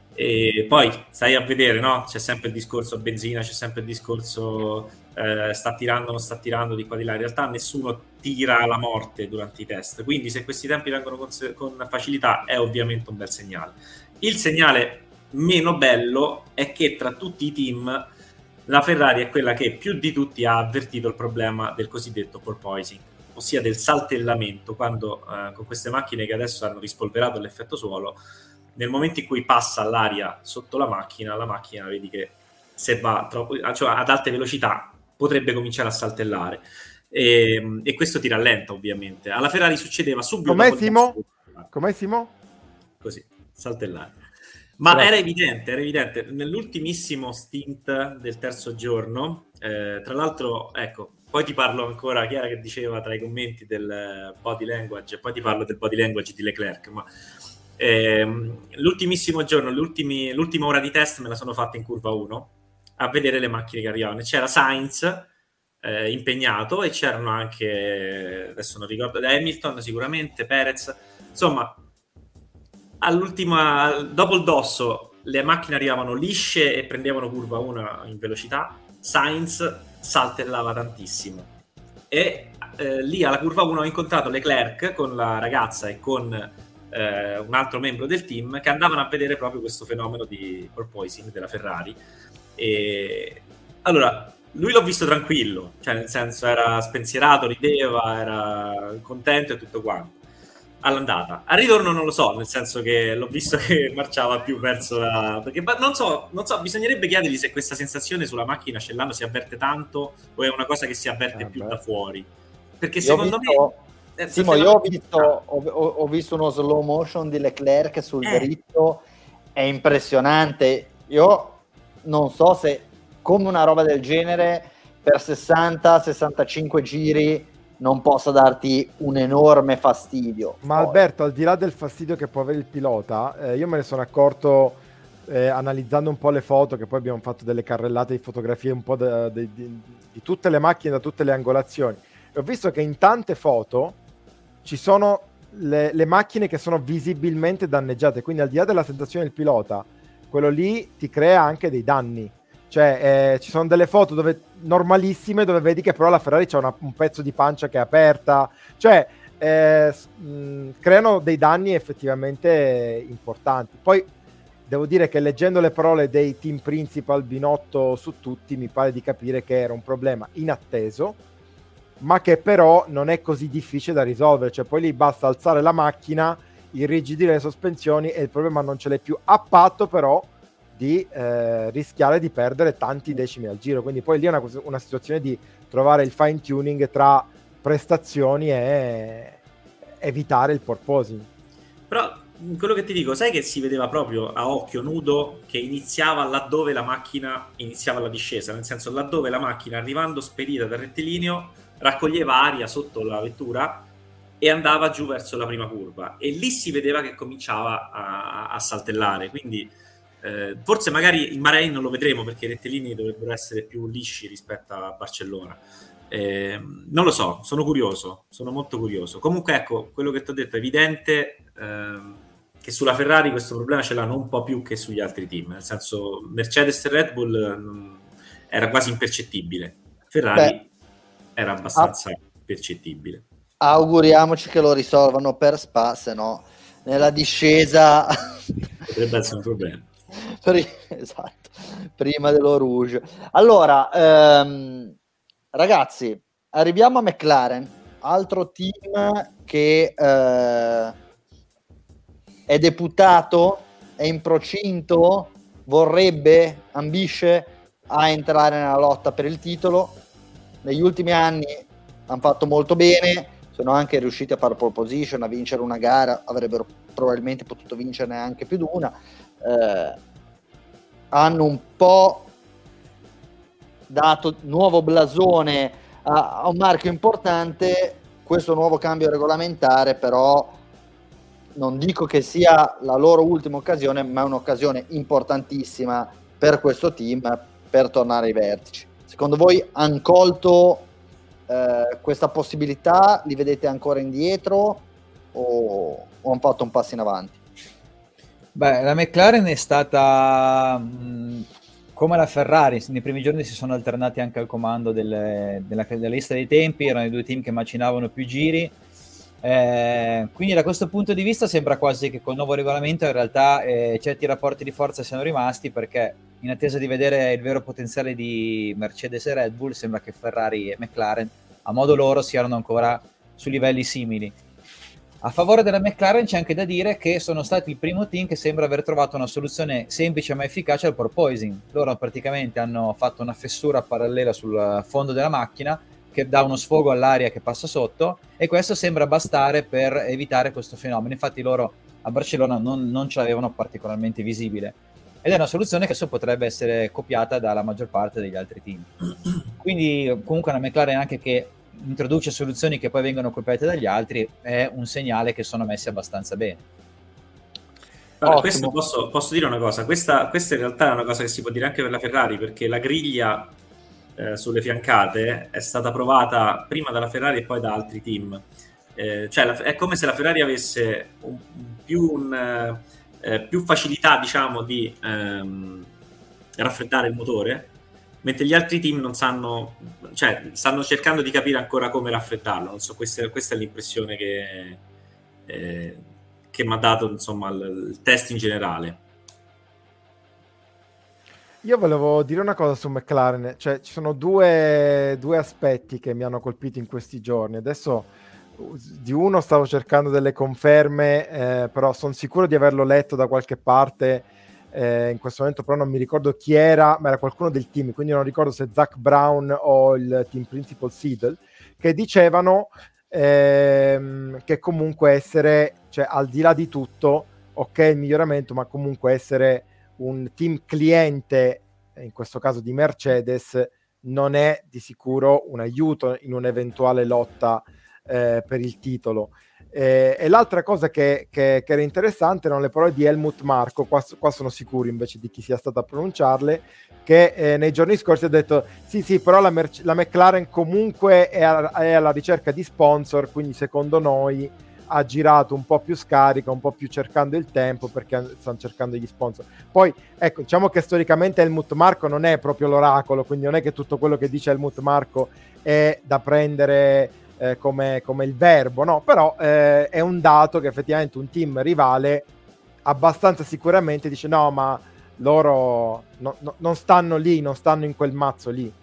E poi stai a vedere, no? C'è sempre il discorso benzina, c'è sempre il discorso sta tirando, non sta tirando di qua di là. In realtà nessuno tira alla morte durante i test, quindi se questi tempi vengono con facilità è ovviamente un bel segnale. Il segnale meno bello è che tra tutti i team la Ferrari è quella che più di tutti ha avvertito il problema del cosiddetto porpoising, ossia del saltellamento, quando con queste macchine che adesso hanno rispolverato l'effetto suolo, nel momento in cui passa l'aria sotto la macchina vedi che se va troppo, cioè ad alte velocità potrebbe cominciare a saltellare e questo ti rallenta ovviamente. Alla Ferrari succedeva subito. Com'è Simo? Così, saltellare. Ma era evidente, nell'ultimissimo stint del terzo giorno, tra l'altro, ecco, poi ti parlo ancora, Chiara che diceva tra i commenti del body language, poi ti parlo del body language di Leclerc, ma l'ultimissimo giorno, l'ultima ora di test me la sono fatta in curva 1 a vedere le macchine che arrivavano. C'era Sainz impegnato e c'erano anche, adesso non ricordo, Hamilton sicuramente, Perez, insomma all'ultima, dopo il dosso le macchine arrivavano lisce e prendevano curva 1 in velocità, Sainz saltellava tantissimo. E lì alla curva 1 ho incontrato Leclerc con la ragazza e con un altro membro del team che andavano a vedere proprio questo fenomeno di porpoising della Ferrari. E allora lui l'ho visto tranquillo, cioè nel senso era spensierato, rideva, era contento e tutto quanto all'andata. Al ritorno non lo so, nel senso che l'ho visto che marciava più verso la... perché non so, bisognerebbe chiedergli se questa sensazione sulla macchina ce l'hanno, si avverte tanto o è una cosa che si avverte più da fuori, perché secondo me Simo, io ho visto uno slow motion di Leclerc sul dritto, è impressionante. Io non so se come una roba del genere per 60-65 giri non possa darti un enorme fastidio. Ma Alberto, al di là del fastidio che può avere il pilota, io me ne sono accorto analizzando un po' le foto, che poi abbiamo fatto delle carrellate di fotografie un po' di tutte le macchine da tutte le angolazioni, e ho visto che in tante foto ci sono le macchine che sono visibilmente danneggiate, quindi al di là della sensazione del pilota, quello lì ti crea anche dei danni. Cioè ci sono delle foto normalissime dove vedi che però la Ferrari c'ha un pezzo di pancia che è aperta, cioè creano dei danni effettivamente importanti. Poi devo dire che leggendo le parole dei team principal Binotto su tutti mi pare di capire che era un problema inatteso, ma che però non è così difficile da risolvere, cioè poi lì basta alzare la macchina, irrigidire le sospensioni e il problema non ce l'hai più, a patto però di rischiare di perdere tanti decimi al giro, quindi poi lì è una situazione di trovare il fine tuning tra prestazioni e evitare il porpoising. Però quello che ti dico, sai che si vedeva proprio a occhio nudo che iniziava laddove la macchina iniziava la discesa, nel senso laddove la macchina arrivando spedita dal rettilineo raccoglieva aria sotto la vettura e andava giù verso la prima curva, e lì si vedeva che cominciava a saltellare, quindi forse magari in Bahrain non lo vedremo perché i rettilini dovrebbero essere più lisci rispetto a Barcellona, non lo so, sono curioso, sono molto curioso. Comunque ecco, quello che ti ho detto è evidente che sulla Ferrari questo problema ce l'hanno un po' più che sugli altri team, nel senso Mercedes e Red Bull era quasi impercettibile, Ferrari era abbastanza percettibile. Auguriamoci che lo risolvano per Spa, se no nella discesa potrebbe essere un problema. Esatto, prima dello Rouge. Allora, ragazzi, arriviamo a McLaren, altro team che è deputato, è in procinto, ambisce a entrare nella lotta per il titolo. Negli ultimi anni hanno fatto molto bene, sono anche riusciti a fare pole position, a vincere una gara, avrebbero probabilmente potuto vincerne anche più di una. Hanno un po' dato nuovo blasone a un marchio importante. Questo nuovo cambio regolamentare però non dico che sia la loro ultima occasione, ma è un'occasione importantissima per questo team per tornare ai vertici. Secondo voi hanno colto questa possibilità? Li vedete ancora indietro o hanno fatto un passo in avanti? Beh, la McLaren è stata come la Ferrari, nei primi giorni si sono alternati anche al comando della lista dei tempi, erano i due team che macinavano più giri, quindi da questo punto di vista sembra quasi che col nuovo regolamento in realtà certi rapporti di forza siano rimasti, perché in attesa di vedere il vero potenziale di Mercedes e Red Bull sembra che Ferrari e McLaren a modo loro siano ancora su livelli simili. A favore della McLaren c'è anche da dire che sono stati il primo team che sembra aver trovato una soluzione semplice ma efficace al porpoising. Loro praticamente hanno fatto una fessura parallela sul fondo della macchina che dà uno sfogo all'aria che passa sotto, e questo sembra bastare per evitare questo fenomeno. Infatti loro a Barcellona non ce l'avevano particolarmente visibile, ed è una soluzione che adesso potrebbe essere copiata dalla maggior parte degli altri team. Quindi comunque una McLaren anche che introduce soluzioni che poi vengono copiate dagli altri è un segnale che sono messi abbastanza bene. Allora, questo posso dire una cosa, questa in realtà è una cosa che si può dire anche per la Ferrari, perché la griglia sulle fiancate è stata provata prima dalla Ferrari e poi da altri team, cioè è come se la Ferrari avesse più facilità, diciamo, di raffreddare il motore, mentre gli altri team non sanno, cioè stanno cercando di capire ancora come raffreddarlo. Non so, questa è l'impressione che mi ha dato, insomma, il test in generale. Io volevo dire una cosa su McLaren, cioè ci sono due aspetti che mi hanno colpito in questi giorni. Adesso di uno stavo cercando delle conferme, però sono sicuro di averlo letto da qualche parte, in questo momento però non mi ricordo chi era, ma era qualcuno del team, quindi non ricordo se Zach Brown o il team principal Seidel, che dicevano che comunque essere, cioè al di là di tutto, ok il miglioramento, ma comunque essere un team cliente, in questo caso di Mercedes, non è di sicuro un aiuto in un'eventuale lotta per il titolo. E l'altra cosa che era interessante erano le parole di Helmut Marko, qua sono sicuro invece di chi sia stato a pronunciarle, che nei giorni scorsi ha detto sì però la McLaren comunque è alla ricerca di sponsor, quindi secondo noi ha girato un po' più scarica, un po' più cercando il tempo, perché stanno cercando gli sponsor. Poi ecco, diciamo che storicamente Helmut Marko non è proprio l'oracolo, quindi non è che tutto quello che dice Helmut Marko è da prendere come il verbo, no, però è un dato che effettivamente un team rivale abbastanza sicuramente dice no, ma loro non stanno lì, non stanno in quel mazzo lì.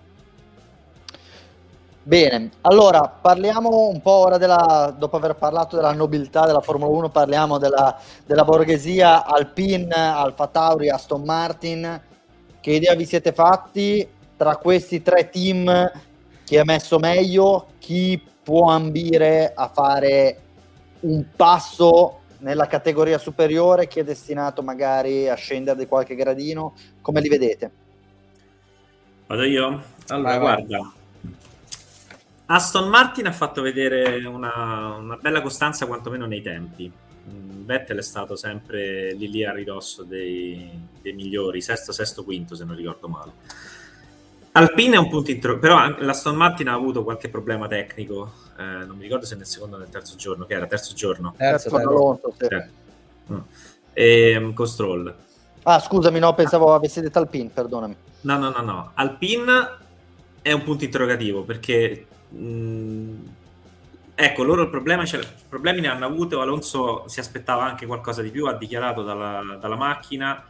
Bene, allora parliamo un po' ora dopo aver parlato della nobiltà della Formula 1, parliamo della borghesia Alpine, Alfa Tauri, Aston Martin. Che idea vi siete fatti tra questi tre team? Chi è messo meglio? Chi può ambire a fare un passo nella categoria superiore? Chi è destinato magari a scendere di qualche gradino? Come li vedete? Vado io? Allora, guarda, Aston Martin ha fatto vedere una bella costanza quantomeno nei tempi. Vettel è stato sempre lì a ridosso dei migliori, sesto, quinto se non ricordo male. Alpine è un punto però l'Aston Martin ha avuto qualche problema tecnico, non mi ricordo se nel secondo o nel terzo giorno, che era terzo giorno. Con Stroll. Ah, scusami, no, pensavo avessi detto Alpine, perdonami. No. Alpine è un punto interrogativo perché ecco, loro problemi ne hanno avuto. Alonso si aspettava anche qualcosa di più, ha dichiarato dalla macchina.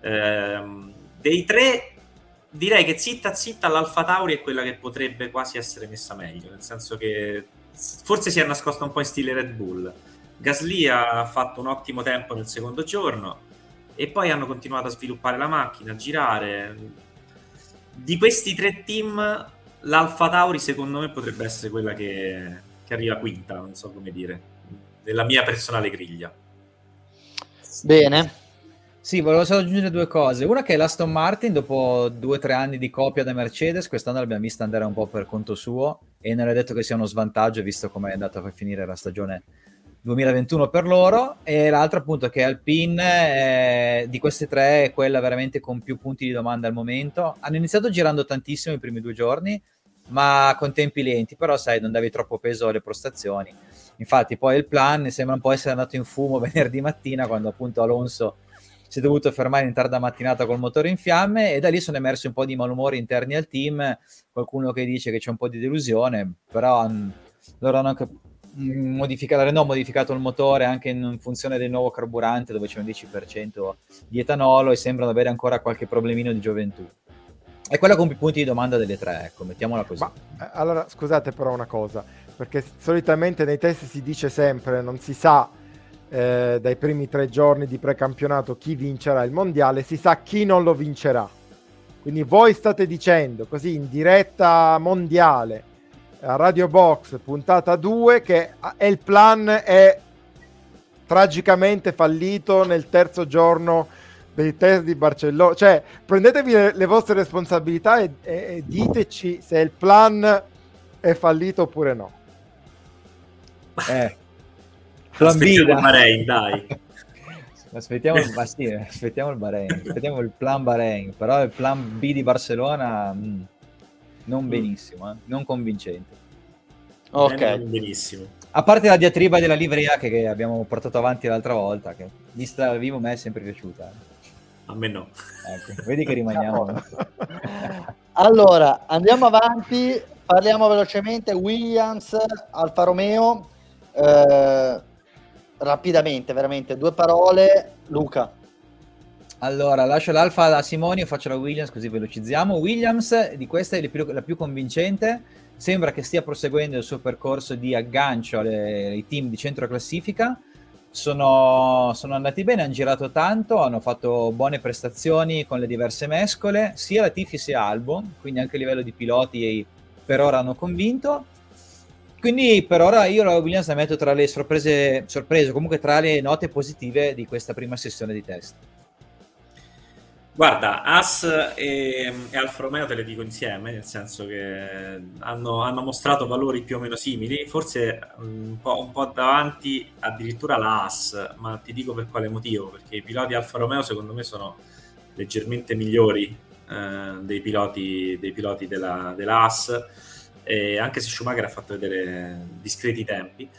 Dei tre direi che zitta l'Alfa Tauri è quella che potrebbe quasi essere messa meglio, nel senso che forse si è nascosta un po' in stile Red Bull. Gasly ha fatto un ottimo tempo nel secondo giorno e poi hanno continuato a sviluppare la macchina, a girare. Di questi tre team l'Alfa Tauri secondo me potrebbe essere quella che arriva quinta, non so come dire, nella mia personale griglia. Bene. Sì, volevo solo aggiungere due cose. Una che l'Aston Martin, dopo 2 o 3 anni di copia da Mercedes, quest'anno l'abbiamo vista andare un po' per conto suo e non è detto che sia uno svantaggio visto come è andata a finire la stagione 2021 per loro. E l'altra appunto che Alpine di queste tre è quella veramente con più punti di domanda al momento. Hanno iniziato girando tantissimo i primi 2 giorni, ma con tempi lenti, però sai, non davi troppo peso alle prestazioni. Infatti poi il plan sembra un po' essere andato in fumo venerdì mattina, quando appunto Alonso si è dovuto fermare in tarda mattinata col motore in fiamme, e da lì sono emersi un po' di malumori interni al team, qualcuno che dice che c'è un po' di delusione, però loro hanno anche modificato il motore anche in funzione del nuovo carburante, dove c'è un 10% di etanolo, e sembrano avere ancora qualche problemino di gioventù. È quella con più punti di domanda delle tre, ecco, mettiamola così. Ma, allora, scusate però una cosa, perché solitamente nei test si dice sempre, non si sa dai primi 3 giorni di precampionato chi vincerà il mondiale, si sa chi non lo vincerà. Quindi voi state dicendo così in diretta mondiale a Radio Box puntata 2 che il plan è tragicamente fallito nel terzo giorno dei test di Barcellona. Cioè, prendetevi le vostre responsabilità e diteci se il plan è fallito oppure no. Aspettiamo il Bahrain, dai. Aspettiamo il Bahrain, aspettiamo il plan Bahrain, però il plan B di Barcellona non benissimo, non convincente. Ok. Benissimo. A parte la diatriba della livrea che abbiamo portato avanti l'altra volta, che vista dal vivo a me è sempre piaciuta. A me no. Ecco, vedi che rimaniamo. Allora, andiamo avanti, parliamo velocemente. Williams, Alfa Romeo, rapidamente, veramente, 2 parole. Luca. Allora, lascio l'Alfa da Simone, io faccio la Williams così velocizziamo. Williams, di questa è la più convincente, sembra che stia proseguendo il suo percorso di aggancio ai team di centro classifica. Sono andati bene, hanno girato tanto, hanno fatto buone prestazioni con le diverse mescole, sia Latifi sia Albon, quindi anche a livello di piloti per ora hanno convinto. Quindi per ora io la Williams la metto tra le sorprese, comunque tra le note positive di questa prima sessione di test. Guarda, Haas e Alfa Romeo te le dico insieme, nel senso che hanno mostrato valori più o meno simili, forse un po' davanti addirittura la Haas, ma ti dico per quale motivo, perché i piloti Alfa Romeo secondo me sono leggermente migliori dei piloti della Haas, anche se Schumacher ha fatto vedere discreti tempi.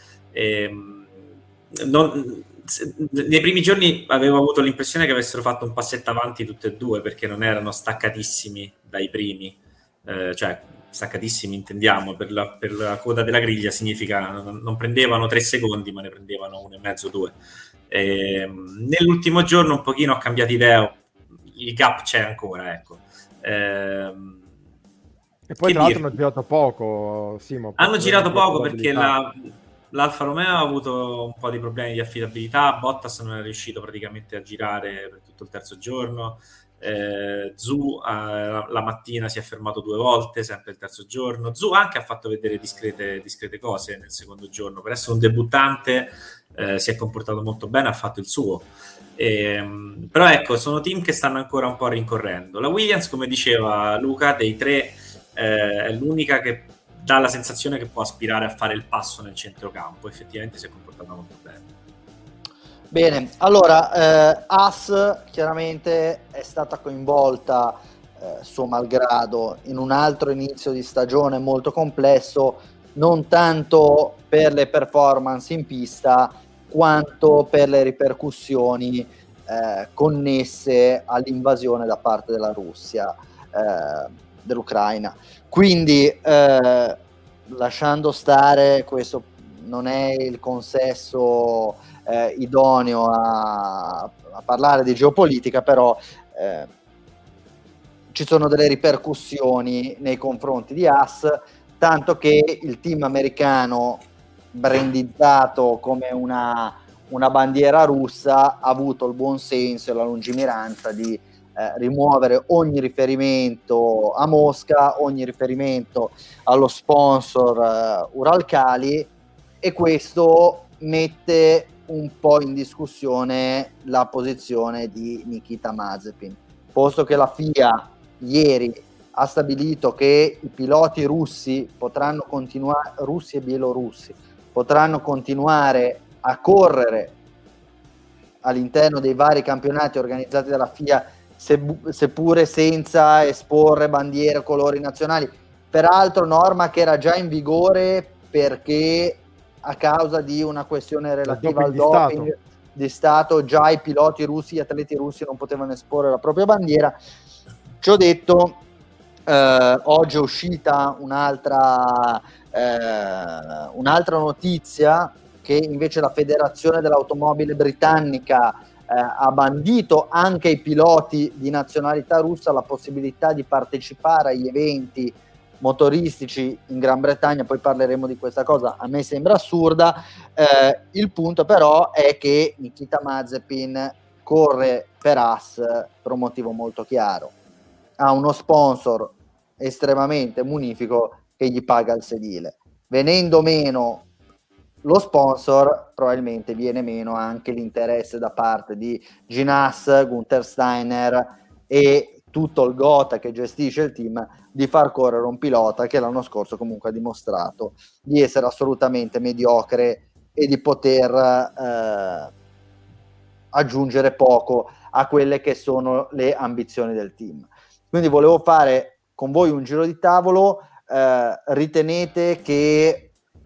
Nei primi giorni avevo avuto l'impressione che avessero fatto un passetto avanti tutte e due, perché non erano staccatissimi dai primi, cioè staccatissimi intendiamo, per la coda della griglia significa non prendevano 3 secondi ma ne prendevano 1,5, 2. Nell'ultimo giorno un pochino ho cambiato idea, il gap c'è ancora, ecco. E poi tra l'altro hanno girato poco, Simo. Hanno girato poco perché l'Alfa Romeo ha avuto un po' di problemi di affidabilità, Bottas non è riuscito praticamente a girare per tutto il terzo giorno, Zhou la mattina si è fermato 2 volte, sempre il terzo giorno. Zhou anche ha fatto vedere discrete cose nel secondo giorno, per essere un debuttante si è comportato molto bene, ha fatto il suo. Però ecco, sono team che stanno ancora un po' rincorrendo. La Williams, come diceva Luca, dei 3 è l'unica che dà la sensazione che può aspirare a fare il passo nel centrocampo. Effettivamente si è comportata molto bene. Bene, allora Haas chiaramente è stata coinvolta suo malgrado in un altro inizio di stagione molto complesso, non tanto per le performance in pista quanto per le ripercussioni connesse all'invasione da parte della Russia dell'Ucraina. Quindi lasciando stare, questo non è il consesso idoneo a parlare di geopolitica, però ci sono delle ripercussioni nei confronti di Haas, tanto che il team americano, brandizzato come una bandiera russa, ha avuto il buon senso e la lungimiranza di rimuovere ogni riferimento a Mosca, ogni riferimento allo sponsor Uralkali, e questo mette un po' in discussione la posizione di Nikita Mazepin, posto che la FIA ieri ha stabilito che i piloti russi potranno continuare, russi e bielorussi, potranno continuare a correre all'interno dei vari campionati organizzati dalla FIA, seppure senza esporre bandiere o colori nazionali. Peraltro norma che era già in vigore perché a causa di una questione relativa al doping di Stato già i piloti russi, gli atleti russi non potevano esporre la propria bandiera. Ciò detto, oggi è uscita un'altra notizia che invece la Federazione dell'Automobile britannica ha bandito anche ai piloti di nazionalità russa la possibilità di partecipare agli eventi motoristici in Gran Bretagna. Poi parleremo di questa cosa, a me sembra assurda. Il punto però è che Nikita Mazepin corre per Haas per un motivo molto chiaro: ha uno sponsor estremamente munifico che gli paga il sedile. Venendo meno lo sponsor, probabilmente viene meno anche l'interesse da parte di Ginás, Gunther Steiner e tutto il Gotha che gestisce il team di far correre un pilota che l'anno scorso comunque ha dimostrato di essere assolutamente mediocre e di poter aggiungere poco a quelle che sono le ambizioni del team. Quindi volevo fare con voi un giro di tavolo. Ritenete che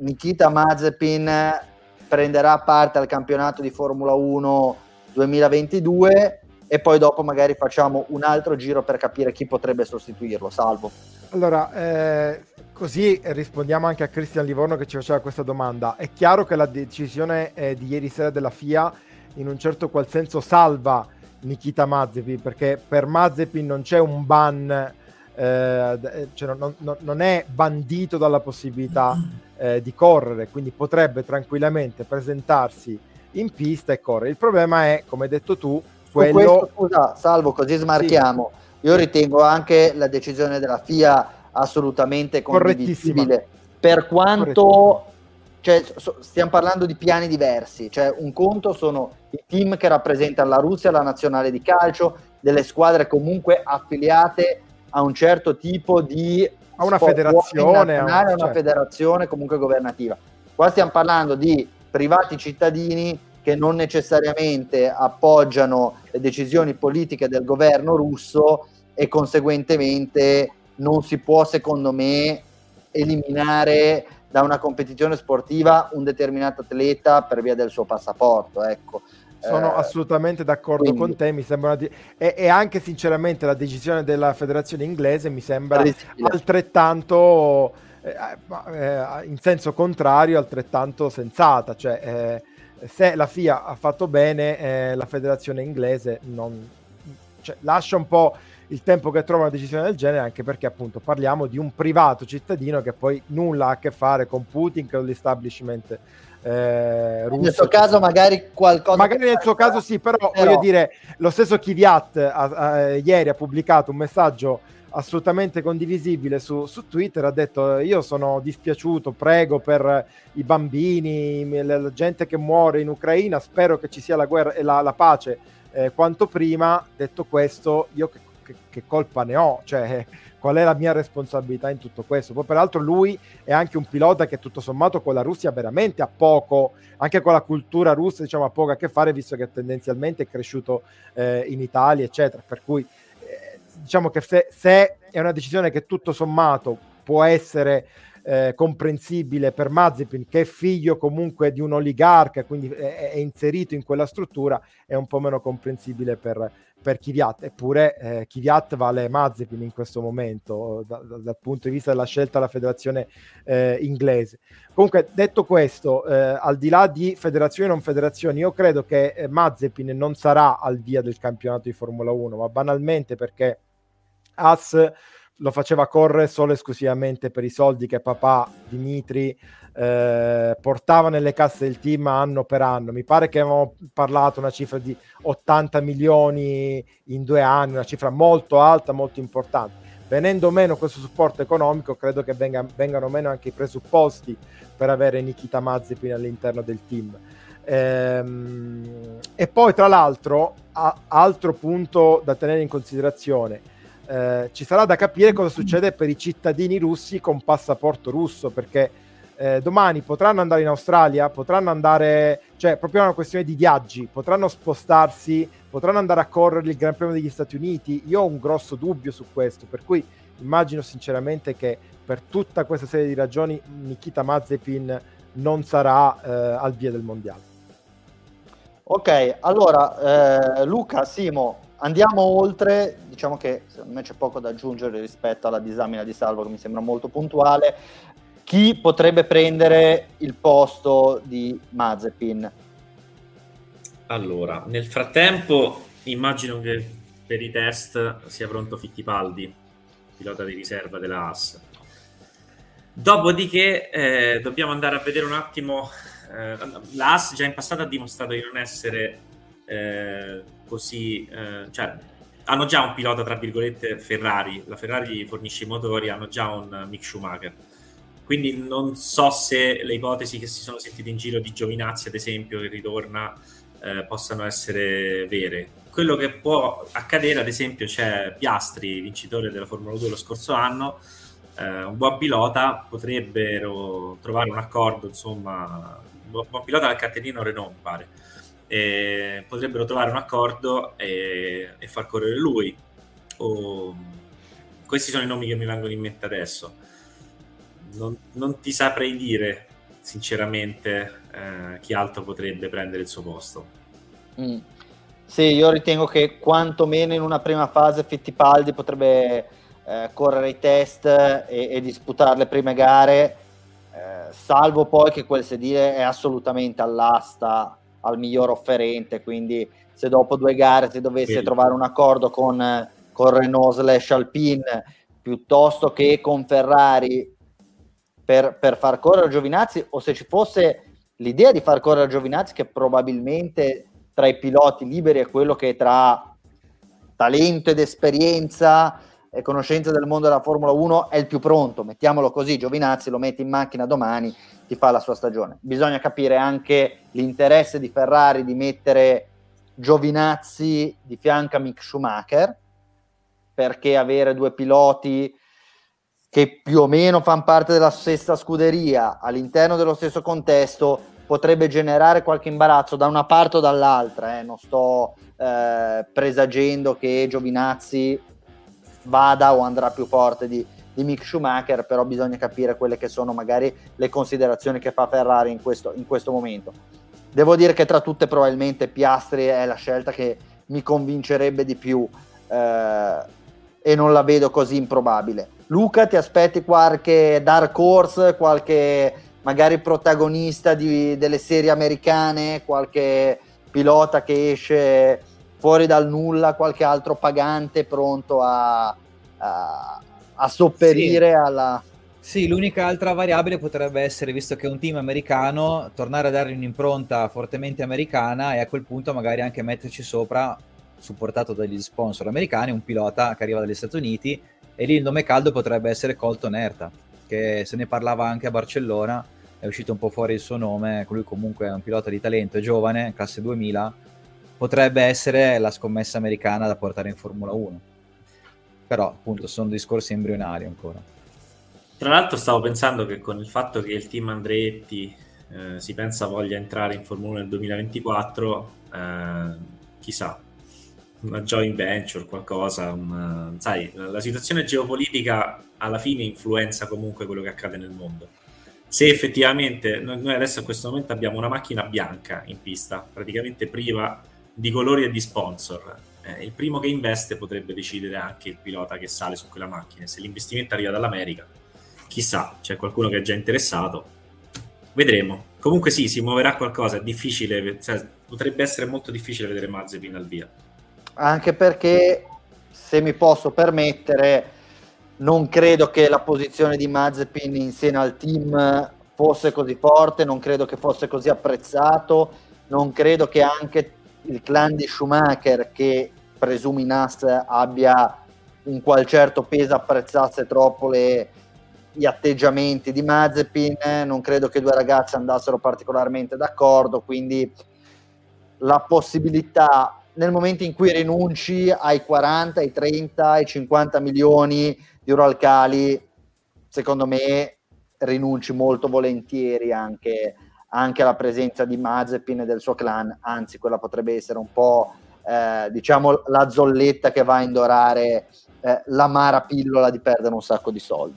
Nikita Mazepin prenderà parte al campionato di Formula 1 2022 e poi dopo magari facciamo un altro giro per capire chi potrebbe sostituirlo. Salvo. Allora, così rispondiamo anche a Cristian Livorno che ci faceva questa domanda. È chiaro che la decisione di ieri sera della FIA in un certo qual senso salva Nikita Mazepin, perché per Mazepin non c'è un ban, cioè non è bandito dalla possibilità di correre, quindi potrebbe tranquillamente presentarsi in pista e correre. Il problema è, come hai detto tu, quello... Questo, scusa, Salvo, così smarchiamo. Sì. Io ritengo anche la decisione della FIA assolutamente condivisibile, per quanto... Cioè, stiamo parlando di piani diversi, cioè un conto sono i team che rappresentano la Russia, la nazionale di calcio, delle squadre comunque affiliate a un certo tipo di a una federazione, nazionale, una federazione comunque governativa. Qua stiamo parlando di privati cittadini che non necessariamente appoggiano le decisioni politiche del governo russo e conseguentemente non si può, secondo me, eliminare da una competizione sportiva un determinato atleta per via del suo passaporto, ecco. Sono assolutamente d'accordo con te, mi sembra e anche sinceramente la decisione della federazione inglese mi sembra altrettanto in senso contrario, altrettanto sensata, cioè se la FIA ha fatto bene, la federazione inglese non, cioè, lascia un po' il tempo che trova una decisione del genere, anche perché appunto parliamo di un privato cittadino che poi nulla ha a che fare con Putin, con l'establishment russo. Nel suo caso magari qualcosa... Magari nel suo caso sì, però voglio dire, lo stesso Kvyat ieri ha pubblicato un messaggio assolutamente condivisibile su Twitter, ha detto: io sono dispiaciuto, prego per i bambini, la gente che muore in Ucraina, spero che ci sia la guerra e la pace quanto prima. Detto questo, io che colpa ne ho? Cioè, qual è la mia responsabilità in tutto questo? Poi peraltro lui è anche un pilota che tutto sommato con la Russia veramente ha poco, anche con la cultura russa diciamo ha poco a che fare, visto che tendenzialmente è cresciuto in Italia eccetera, per cui diciamo che se è una decisione che tutto sommato può essere comprensibile per Mazepin, che è figlio comunque di un oligarca, quindi è inserito in quella struttura, è un po' meno comprensibile per Kvyat. Eppure Kvyat vale Mazepin in questo momento dal punto di vista della scelta della federazione inglese. Comunque, detto questo, al di là di federazioni o non federazioni, io credo che Mazepin non sarà al via del campionato di Formula 1, ma banalmente perché Haas lo faceva correre solo esclusivamente per i soldi che papà Dimitri portava nelle casse del team anno per anno. Mi pare che avevamo parlato una cifra di 80 milioni in 2 anni, una cifra molto alta, molto importante. Venendo meno questo supporto economico, credo che vengano meno anche i presupposti per avere Nikita Mazepin all'interno del team. E poi tra l'altro altro punto da tenere in considerazione, ci sarà da capire cosa succede per i cittadini russi con passaporto russo, perché domani potranno andare in Australia, potranno andare, cioè proprio una questione di viaggi, potranno spostarsi, potranno andare a correre il Gran Premio degli Stati Uniti. Io ho un grosso dubbio su questo, per cui immagino sinceramente che per tutta questa serie di ragioni Nikita Mazepin non sarà al via del mondiale. Ok, allora Luca, Simo, andiamo oltre. Diciamo che secondo me c'è poco da aggiungere rispetto alla disamina di Salvo, che mi sembra molto puntuale. Chi potrebbe prendere il posto di Mazepin? Allora, nel frattempo immagino che per i test sia pronto Fittipaldi, pilota di riserva della Haas. Dopodiché dobbiamo andare a vedere un attimo. La Haas già in passato ha dimostrato di non essere così, cioè hanno già un pilota tra virgolette Ferrari, la Ferrari fornisce i motori, hanno già un Mick Schumacher, quindi non so se le ipotesi che si sono sentite in giro di Giovinazzi ad esempio che ritorna possano essere vere. Quello che può accadere, ad esempio, c'è Piastri, vincitore della Formula 2 lo scorso anno, un buon pilota, potrebbero trovare un accordo, insomma, un buon pilota del cartellino Renault mi pare, potrebbero trovare un accordo e far correre lui. Questi sono i nomi che mi vengono in mente adesso. Non ti saprei dire sinceramente chi altro potrebbe prendere il suo posto. Sì, io ritengo che quantomeno in una prima fase Fittipaldi potrebbe correre i test e disputare le prime gare, salvo poi che quel sedile è assolutamente all'asta al miglior offerente, quindi se dopo 2 gare si dovesse trovare un accordo con Renault/Alpine piuttosto che con Ferrari per far correre Giovinazzi, o se ci fosse l'idea di far correre Giovinazzi, che probabilmente tra i piloti liberi è quello che tra talento ed esperienza e conoscenza del mondo della Formula 1 è il più pronto, mettiamolo così. Giovinazzi lo metti in macchina domani, ti fa la sua stagione. Bisogna capire anche l'interesse di Ferrari di mettere Giovinazzi di fianco a Mick Schumacher, perché avere 2 piloti che più o meno fanno parte della stessa scuderia all'interno dello stesso contesto potrebbe generare qualche imbarazzo da una parte o dall'altra. Non sto presagendo che Giovinazzi vada o andrà più forte di Mick Schumacher, però bisogna capire quelle che sono magari le considerazioni che fa Ferrari in questo momento. Devo dire che tra tutte probabilmente Piastri è la scelta che mi convincerebbe di più, e non la vedo così improbabile. Luca, ti aspetti qualche dark horse, qualche magari protagonista delle serie americane, qualche pilota che esce fuori dal nulla, qualche altro pagante pronto a sopperire alla... Sì, l'unica altra variabile potrebbe essere, visto che è un team americano, tornare a dargli un'impronta fortemente americana e a quel punto magari anche metterci sopra, supportato dagli sponsor americani, un pilota che arriva dagli Stati Uniti, e lì il nome caldo potrebbe essere Colton Herta, che se ne parlava anche a Barcellona, è uscito un po' fuori il suo nome, lui comunque è un pilota di talento, è giovane, classe 2000, potrebbe essere la scommessa americana da portare in Formula 1. Però appunto sono discorsi embrionali ancora. Tra l'altro stavo pensando che con il fatto che il team Andretti si pensa voglia entrare in Formula 1 nel 2024, chissà, una joint venture, qualcosa, sai, la situazione geopolitica alla fine influenza comunque quello che accade nel mondo. Se effettivamente noi adesso in questo momento abbiamo una macchina bianca in pista, praticamente priva di colori e di sponsor, il primo che investe potrebbe decidere anche il pilota che sale su quella macchina. Se l'investimento arriva dall'America, chissà, c'è qualcuno che è già interessato, vedremo. Comunque sì, si muoverà qualcosa, è difficile, cioè, potrebbe essere molto difficile vedere Mazepin al via. Anche perché, se mi posso permettere, non credo che la posizione di Mazepin in seno al team fosse così forte, non credo che fosse così apprezzato, non credo che anche il clan di Schumacher, che presumo in Haas abbia un qual certo peso, apprezzasse troppo gli atteggiamenti di Mazepin. Non credo che 2 ragazzi andassero particolarmente d'accordo, quindi la possibilità, nel momento in cui rinunci ai 40, ai 30, ai 50 milioni di Uralkali, secondo me rinunci molto volentieri anche alla presenza di Mazepin e del suo clan, anzi quella potrebbe essere un po' diciamo la zolletta che va a indorare l'amara pillola di perdere un sacco di soldi.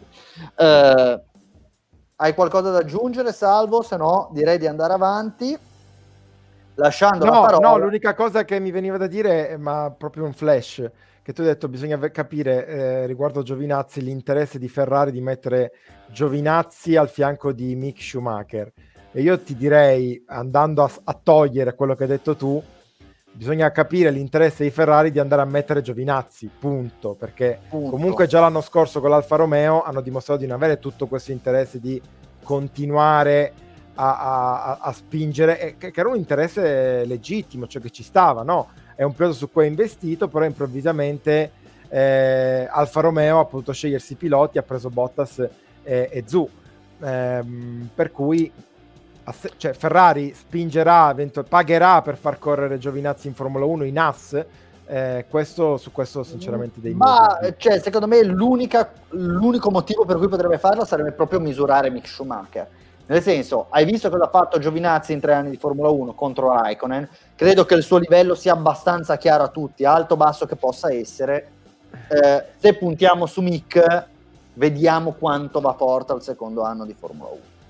Hai qualcosa da aggiungere, Salvo? Se no direi di andare avanti, lasciando la parola. No, l'unica cosa che mi veniva da dire, ma proprio un flash, che tu hai detto bisogna capire riguardo Giovinazzi l'interesse di Ferrari di mettere Giovinazzi al fianco di Mick Schumacher, e io ti direi, andando a togliere quello che hai detto tu, bisogna capire l'interesse di Ferrari di andare a mettere Giovinazzi, punto, perché comunque già l'anno scorso con l'Alfa Romeo hanno dimostrato di non avere tutto questo interesse di continuare a spingere, che era un interesse legittimo, cioè che ci stava, no? È un pilota su cui ha investito, però improvvisamente Alfa Romeo ha potuto scegliersi i piloti, ha preso Bottas e Zhou, per cui cioè Ferrari spingerà, pagherà per far correre Giovinazzi in Formula 1 in Haas. Su questo sinceramente cioè, secondo me l'unico motivo per cui potrebbe farlo sarebbe proprio misurare Mick Schumacher. Nel senso, hai visto cosa ha fatto Giovinazzi in 3 anni di Formula 1 contro Raikkonen? Credo che il suo livello sia abbastanza chiaro a tutti, alto basso che possa essere. Se puntiamo su Mick, vediamo quanto va forte al secondo anno di Formula 1.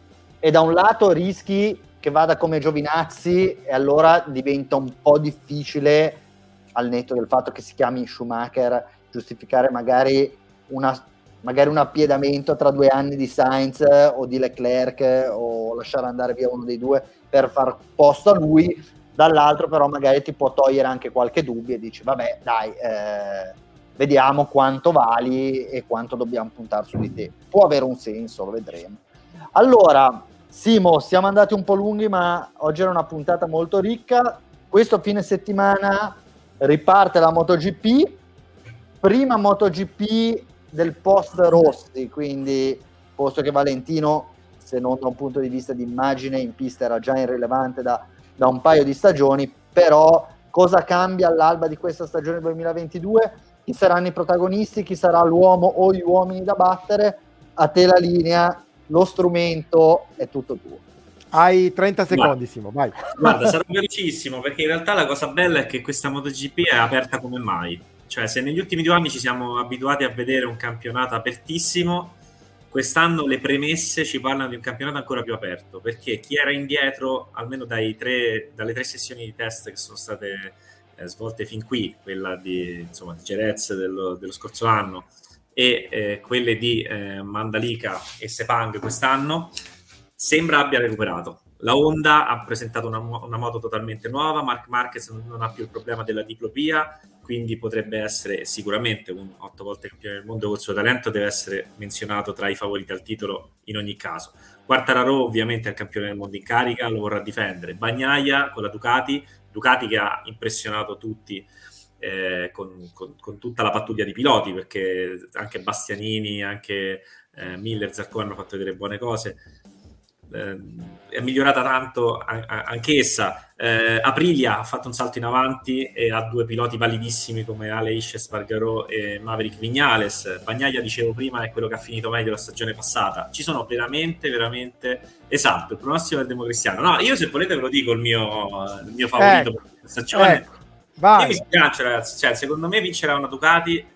e da un lato rischi che vada come Giovinazzi e allora diventa un po' difficile, al netto del fatto che si chiami Schumacher, giustificare magari un appiedamento tra 2 anni di Sainz o di Leclerc, o lasciare andare via uno dei due per far posto a lui. Dall'altro però magari ti può togliere anche qualche dubbio e dici vabbè dai, vediamo quanto vali e quanto dobbiamo puntare su di te. Può avere un senso, lo vedremo. Allora Simo, siamo andati un po' lunghi, ma oggi era una puntata molto ricca. Questo fine settimana riparte la MotoGP, prima MotoGP del post Rossi, quindi posto che Valentino, se non da un punto di vista di immagine in pista, era già irrilevante da un paio di stagioni, però cosa cambia all'alba di questa stagione 2022? Chi saranno i protagonisti? Chi sarà l'uomo o gli uomini da battere? A te la linea, lo strumento è tutto tuo. Hai 30 secondi, Simo, vai. Guarda, sarò velocissimo, perché in realtà la cosa bella è che questa MotoGP è aperta come mai. Cioè, se negli ultimi 2 anni ci siamo abituati a vedere un campionato apertissimo, quest'anno le premesse ci parlano di un campionato ancora più aperto, perché chi era indietro, almeno dalle 3 sessioni di test che sono state svolte fin qui, quella di Jerez dello scorso anno e quelle di Mandalika e Sepang quest'anno, sembra abbia recuperato. La Honda ha presentato una moto totalmente nuova, Marc Marquez non ha più il problema della diplopia, quindi potrebbe essere sicuramente un 8 volte campione del mondo col suo talento, deve essere menzionato tra i favoriti al titolo in ogni caso. Quartararo ovviamente è il campione del mondo in carica, lo vorrà difendere. Bagnaia con la Ducati che ha impressionato tutti con tutta la pattuglia di piloti, perché anche Bastianini, anche Miller, Zarco hanno fatto vedere buone cose. È migliorata tanto anch'essa. Aprilia ha fatto un salto in avanti e ha 2 piloti validissimi come Aleix Espargaró e Maverick Viñales. Bagnaia, dicevo prima, è quello che ha finito meglio la stagione passata. Ci sono veramente esatto, il pronostico del Democristiano. No, io se volete ve lo dico il mio favorito per questa stagione. Vai. Io mi sgancio, ragazzi, cioè, secondo me vincerà una Ducati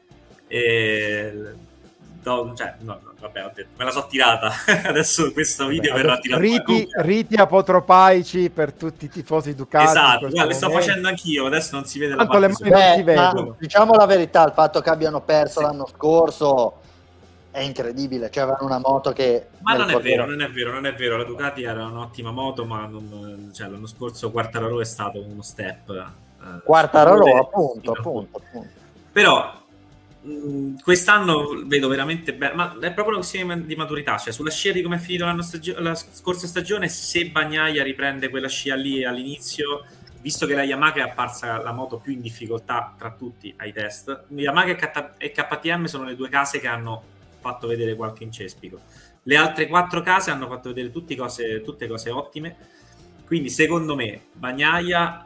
vabbè, ho detto, me la so tirata. Adesso questo video verrà tirato. Riti apotropaici per tutti i tifosi Ducati. Esatto, le sto facendo anch'io, adesso non si vede la parte. Le mani non si vedono. Diciamo la verità, il fatto che abbiano perso l'anno scorso è incredibile, cioè avevano una moto che... Ma non è vero, la Ducati era un'ottima moto, ma l'anno scorso Quartararo è stato uno step. Quartararo, appunto. Però quest'anno vedo veramente bene, ma è proprio una questione di maturità, cioè sulla scia di come è finito la scorsa stagione, se Bagnaia riprende quella scia lì all'inizio, visto che la Yamaha è apparsa la moto più in difficoltà tra tutti ai test, Yamaha e KTM sono le 2 case che hanno fatto vedere qualche incespico, le altre 4 case hanno fatto vedere tutte cose ottime, quindi secondo me Bagnaia,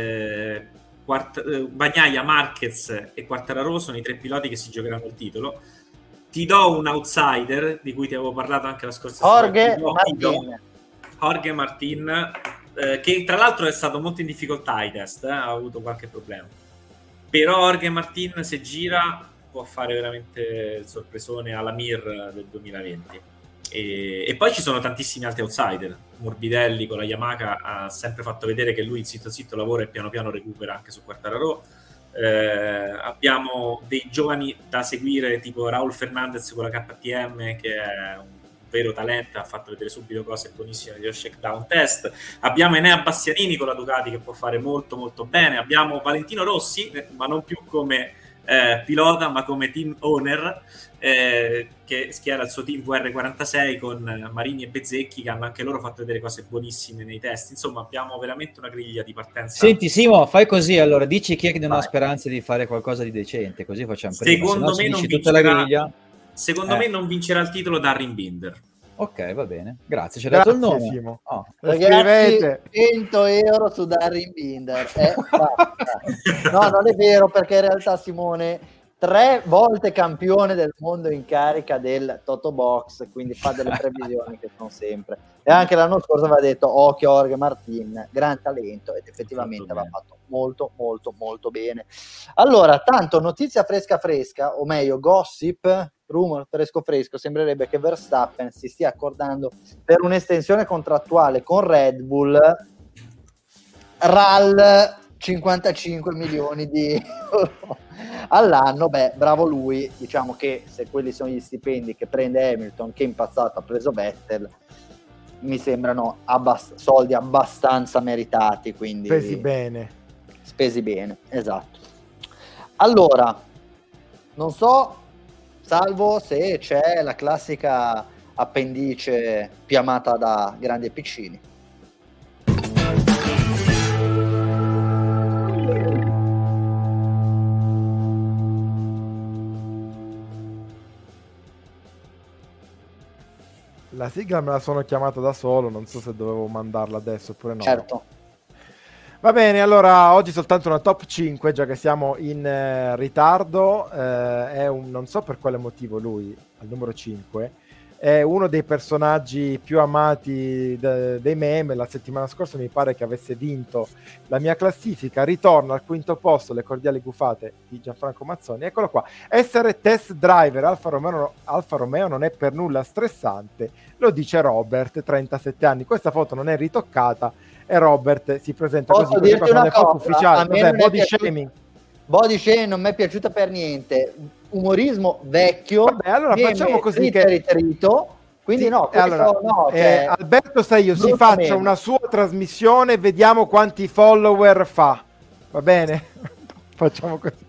Marquez e Quartararo sono i 3 piloti che si giocheranno il titolo. Ti do un outsider di cui ti avevo parlato anche la scorsa Jorge Martin, che tra l'altro è stato molto in difficoltà ai test, ha avuto qualche problema, però Jorge Martin, se gira, può fare veramente il sorpresone alla Mir del 2020. E poi ci sono tantissimi altri outsider. Morbidelli con la Yamaha ha sempre fatto vedere che lui zitto lavora e piano piano recupera anche su Quartararo. Abbiamo dei giovani da seguire tipo Raul Fernandez con la KTM, che è un vero talento, ha fatto vedere subito cose buonissime nello shakedown test. Abbiamo Enea Bastianini con la Ducati che può fare molto molto bene. Abbiamo Valentino Rossi, ma non più come pilota ma come team owner, che schiera il suo team VR46 con Marini e Bezzecchi, che hanno anche loro fatto vedere cose buonissime nei test. Insomma, abbiamo veramente una griglia di partenza. Senti Simo, fai così, allora dici chi è che non ha speranze di fare qualcosa di decente, così facciamo prima. Secondo me non vincerà, tutta la griglia. Secondo me non vincerà il titolo Darren Binder. Ok, va bene, grazie, ci hai dato il nome. Simo. Ragazzi, 100 euro su Darren Binder. No, non è vero, perché in realtà Simone 3 volte campione del mondo in carica del Toto Box, quindi fa delle previsioni che sono sempre. E anche l'anno scorso aveva detto occhio Jorge Martin, gran talento, ed effettivamente aveva fatto molto molto molto bene. Allora, tanto notizia fresca, o meglio gossip, rumor fresco, sembrerebbe che Verstappen si stia accordando per un'estensione contrattuale con Red Bull RAL 55 milioni di euro all'anno. Beh, bravo lui, diciamo che se quelli sono gli stipendi che prende Hamilton, che impazzato ha preso Vettel, mi sembrano soldi abbastanza meritati, quindi spesi bene, esatto. Allora, non so, Salvo, se c'è la classica appendice più amata da grandi e piccini. La sigla me la sono chiamata da solo, non so se dovevo mandarla adesso oppure no. Certo. Va bene, allora oggi soltanto una top 5, già che siamo in ritardo. Non so per quale motivo lui, al numero 5, è uno dei personaggi più amati dei meme. La settimana scorsa mi pare che avesse vinto la mia classifica. Ritorno al quinto posto, le cordiali gufate di Gianfranco Mazzoni. Eccolo qua. Essere test driver Alfa Romeo non è per nulla stressante, lo dice Robert, 37 anni. Questa foto non è ritoccata e Robert si presenta Posso così, dirti una cosa, ufficiale. Body shaming. Body shaming non mi è piaciuta per niente. Umorismo vecchio. Vabbè, allora facciamo così che ritrito. Quindi sì, no, allora, no, Alberto Seio si faccia una sua trasmissione e vediamo quanti follower fa. Va bene? Facciamo così.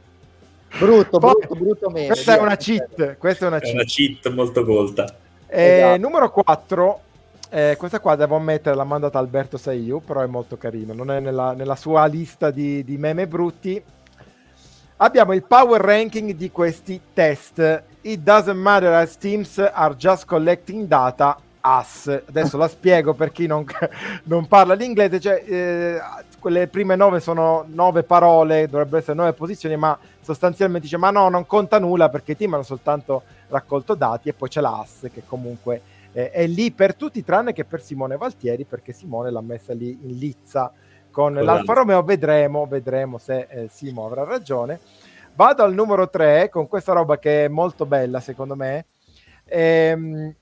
Brutto meme. Questa è una cheat. Questa è una cheat molto colta. Esatto. Numero 4. Questa qua devo ammettere l'ha mandata Alberto Saiu, però è molto carino, non è nella sua lista di meme brutti. Abbiamo il power ranking di questi test. It doesn't matter as teams are just collecting data as. Adesso la spiego per chi non parla l'inglese, cioè quelle prime 9 sono 9 parole, dovrebbero essere 9 posizioni, ma sostanzialmente dice ma no, non conta nulla perché i team hanno soltanto raccolto dati, e poi c'è la as che comunque è lì per tutti tranne che per Simone Valtieri, perché Simone l'ha messa lì in lizza con l'Alfa Romeo. Vedremo se Simo avrà ragione. Vado al numero 3 con questa roba che è molto bella secondo me. È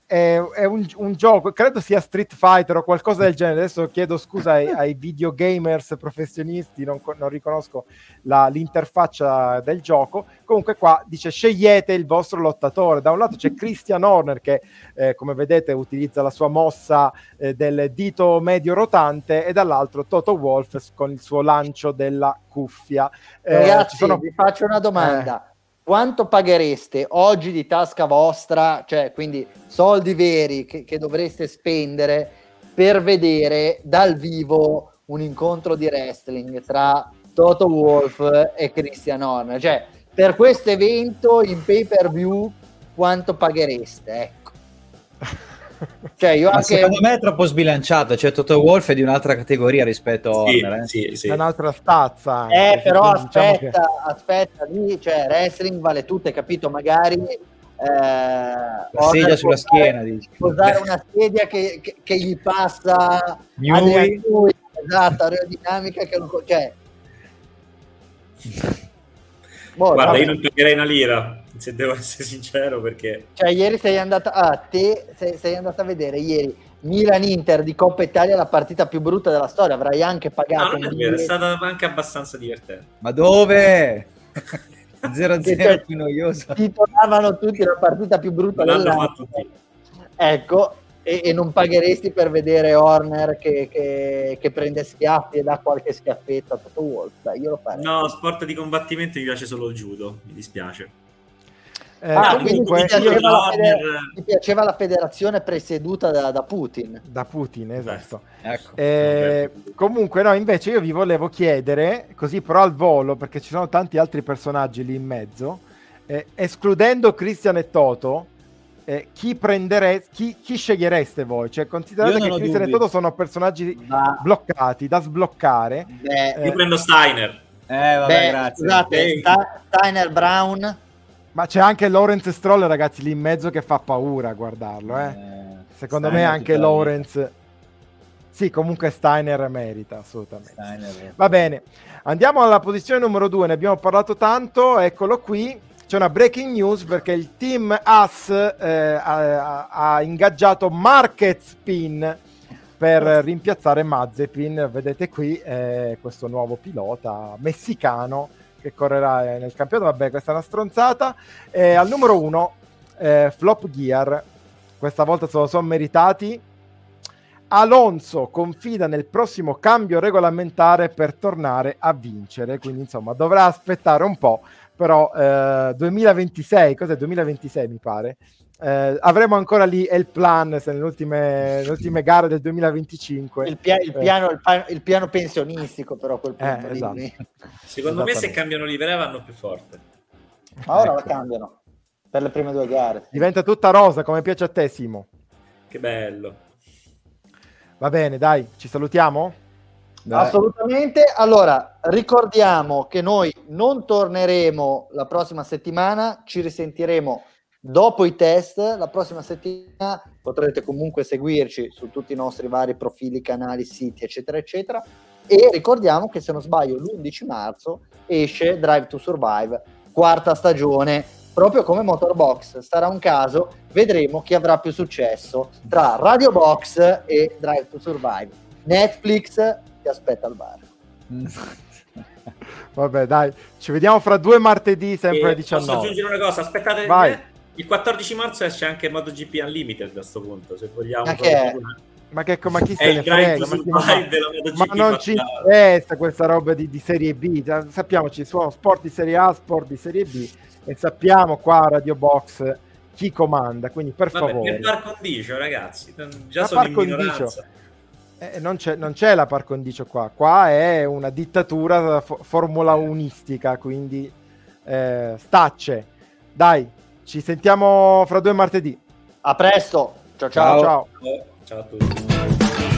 un gioco, credo sia Street Fighter o qualcosa del genere. Adesso chiedo scusa ai videogamers professionisti, non riconosco l'interfaccia del gioco. Comunque qua dice scegliete il vostro lottatore. Da un lato c'è Christian Horner che come vedete utilizza la sua mossa del dito medio rotante, e dall'altro Toto Wolff con il suo lancio della cuffia. Ragazzi, vi faccio una domanda. Quanto paghereste oggi di tasca vostra, cioè quindi soldi veri che dovreste spendere per vedere dal vivo un incontro di wrestling tra Toto Wolff e Christian Horner? Cioè, per questo evento in pay per view quanto paghereste? Ecco. Cioè, io anche... secondo me è troppo sbilanciato, cioè Toto Wolff è di un'altra categoria rispetto a Horner. Sì. È un'altra stazza. Però aspetta, lì, cioè wrestling vale tutto, capito? Magari la sedia sulla schiena, dici. Usare una sedia che gli passa esatto, aerodinamica che non, cioè guarda, io non pagherei una lira, se devo essere sincero, perché cioè ieri sei andata a vedere ieri Milan-Inter di Coppa Italia, la partita più brutta della storia, avrai anche pagato. No, non è vero, è stata anche abbastanza divertente. Ma dove? 0-0 più noioso. Titolavano tutti la partita più brutta dell'anno. Ecco, e non pagheresti per vedere Horner che prende schiaffi e dà qualche schiaffetto a Toto Wolff? Io lo farei. No, sport di combattimento mi piace solo il judo, mi dispiace. Comunque mi piaceva la federazione presieduta da Putin. Da Putin, esatto. Ecco. Comunque no, invece io vi volevo chiedere, così però al volo, perché ci sono tanti altri personaggi lì in mezzo, escludendo Christian e Toto, chi scegliereste voi? Cioè, considerate che Christian e Toto sono personaggi bloccati, da sbloccare. Io prendo Steiner. Grazie. Scusate, Steiner, Brown. Ma c'è anche Lawrence Stroll, ragazzi, lì in mezzo, che fa paura a guardarlo. Secondo me anche Lawrence... Sì, comunque Steiner merita, assolutamente. Va bene, andiamo alla posizione numero 2, ne abbiamo parlato tanto, eccolo qui. c'è una breaking news perché il team AS ha ingaggiato Marquezpin per rimpiazzare Mazepin. Vedete qui questo nuovo pilota messicano che correrà nel campionato. Vabbè, questa è una stronzata. Al numero 1 Flop Gear, questa volta se lo sono meritati. Alonso confida nel prossimo cambio regolamentare per tornare a vincere, quindi insomma dovrà aspettare un po', però 2026, cos'è 2026 mi pare, avremo ancora lì il plan se nelle ultime gare del 2025 il piano pensionistico, però a quel punto esatto. Secondo me se cambiano livrea vanno più forte, ma ora la cambiano per le prime 2 gare, diventa tutta rosa come piace a te, Simo. Che bello. Va bene, dai, ci salutiamo? Dai. Assolutamente. Allora, ricordiamo che noi non torneremo la prossima settimana, ci risentiremo dopo i test. La prossima settimana potrete comunque seguirci su tutti i nostri vari profili, canali, siti, eccetera, eccetera. E ricordiamo che, se non sbaglio, l'11 marzo esce Drive to Survive, 4ª stagione, proprio come Motorbox. Sarà un caso, vedremo chi avrà più successo tra Radio Box e Drive to Survive. Netflix ti aspetta al bar. Vabbè, dai, ci vediamo fra 2 martedì, sempre alle 19. Posso aggiungere una cosa? Aspettate, il 14 marzo esce anche MotoGP Unlimited a questo punto, se vogliamo. Ma chi se ne frega? Ma non ci interessa questa roba di Serie B. Sappiamo ci sono sport di Serie A, sport di Serie B, e sappiamo qua a Radio Box chi comanda, quindi per favore. Per par condicio, ragazzi, già sono in minoranza. Non c'è la par condicio qua è una dittatura formula unistica, quindi stacce. Dai, ci sentiamo fra 2 martedì. A presto, ciao. Ciao a tutti.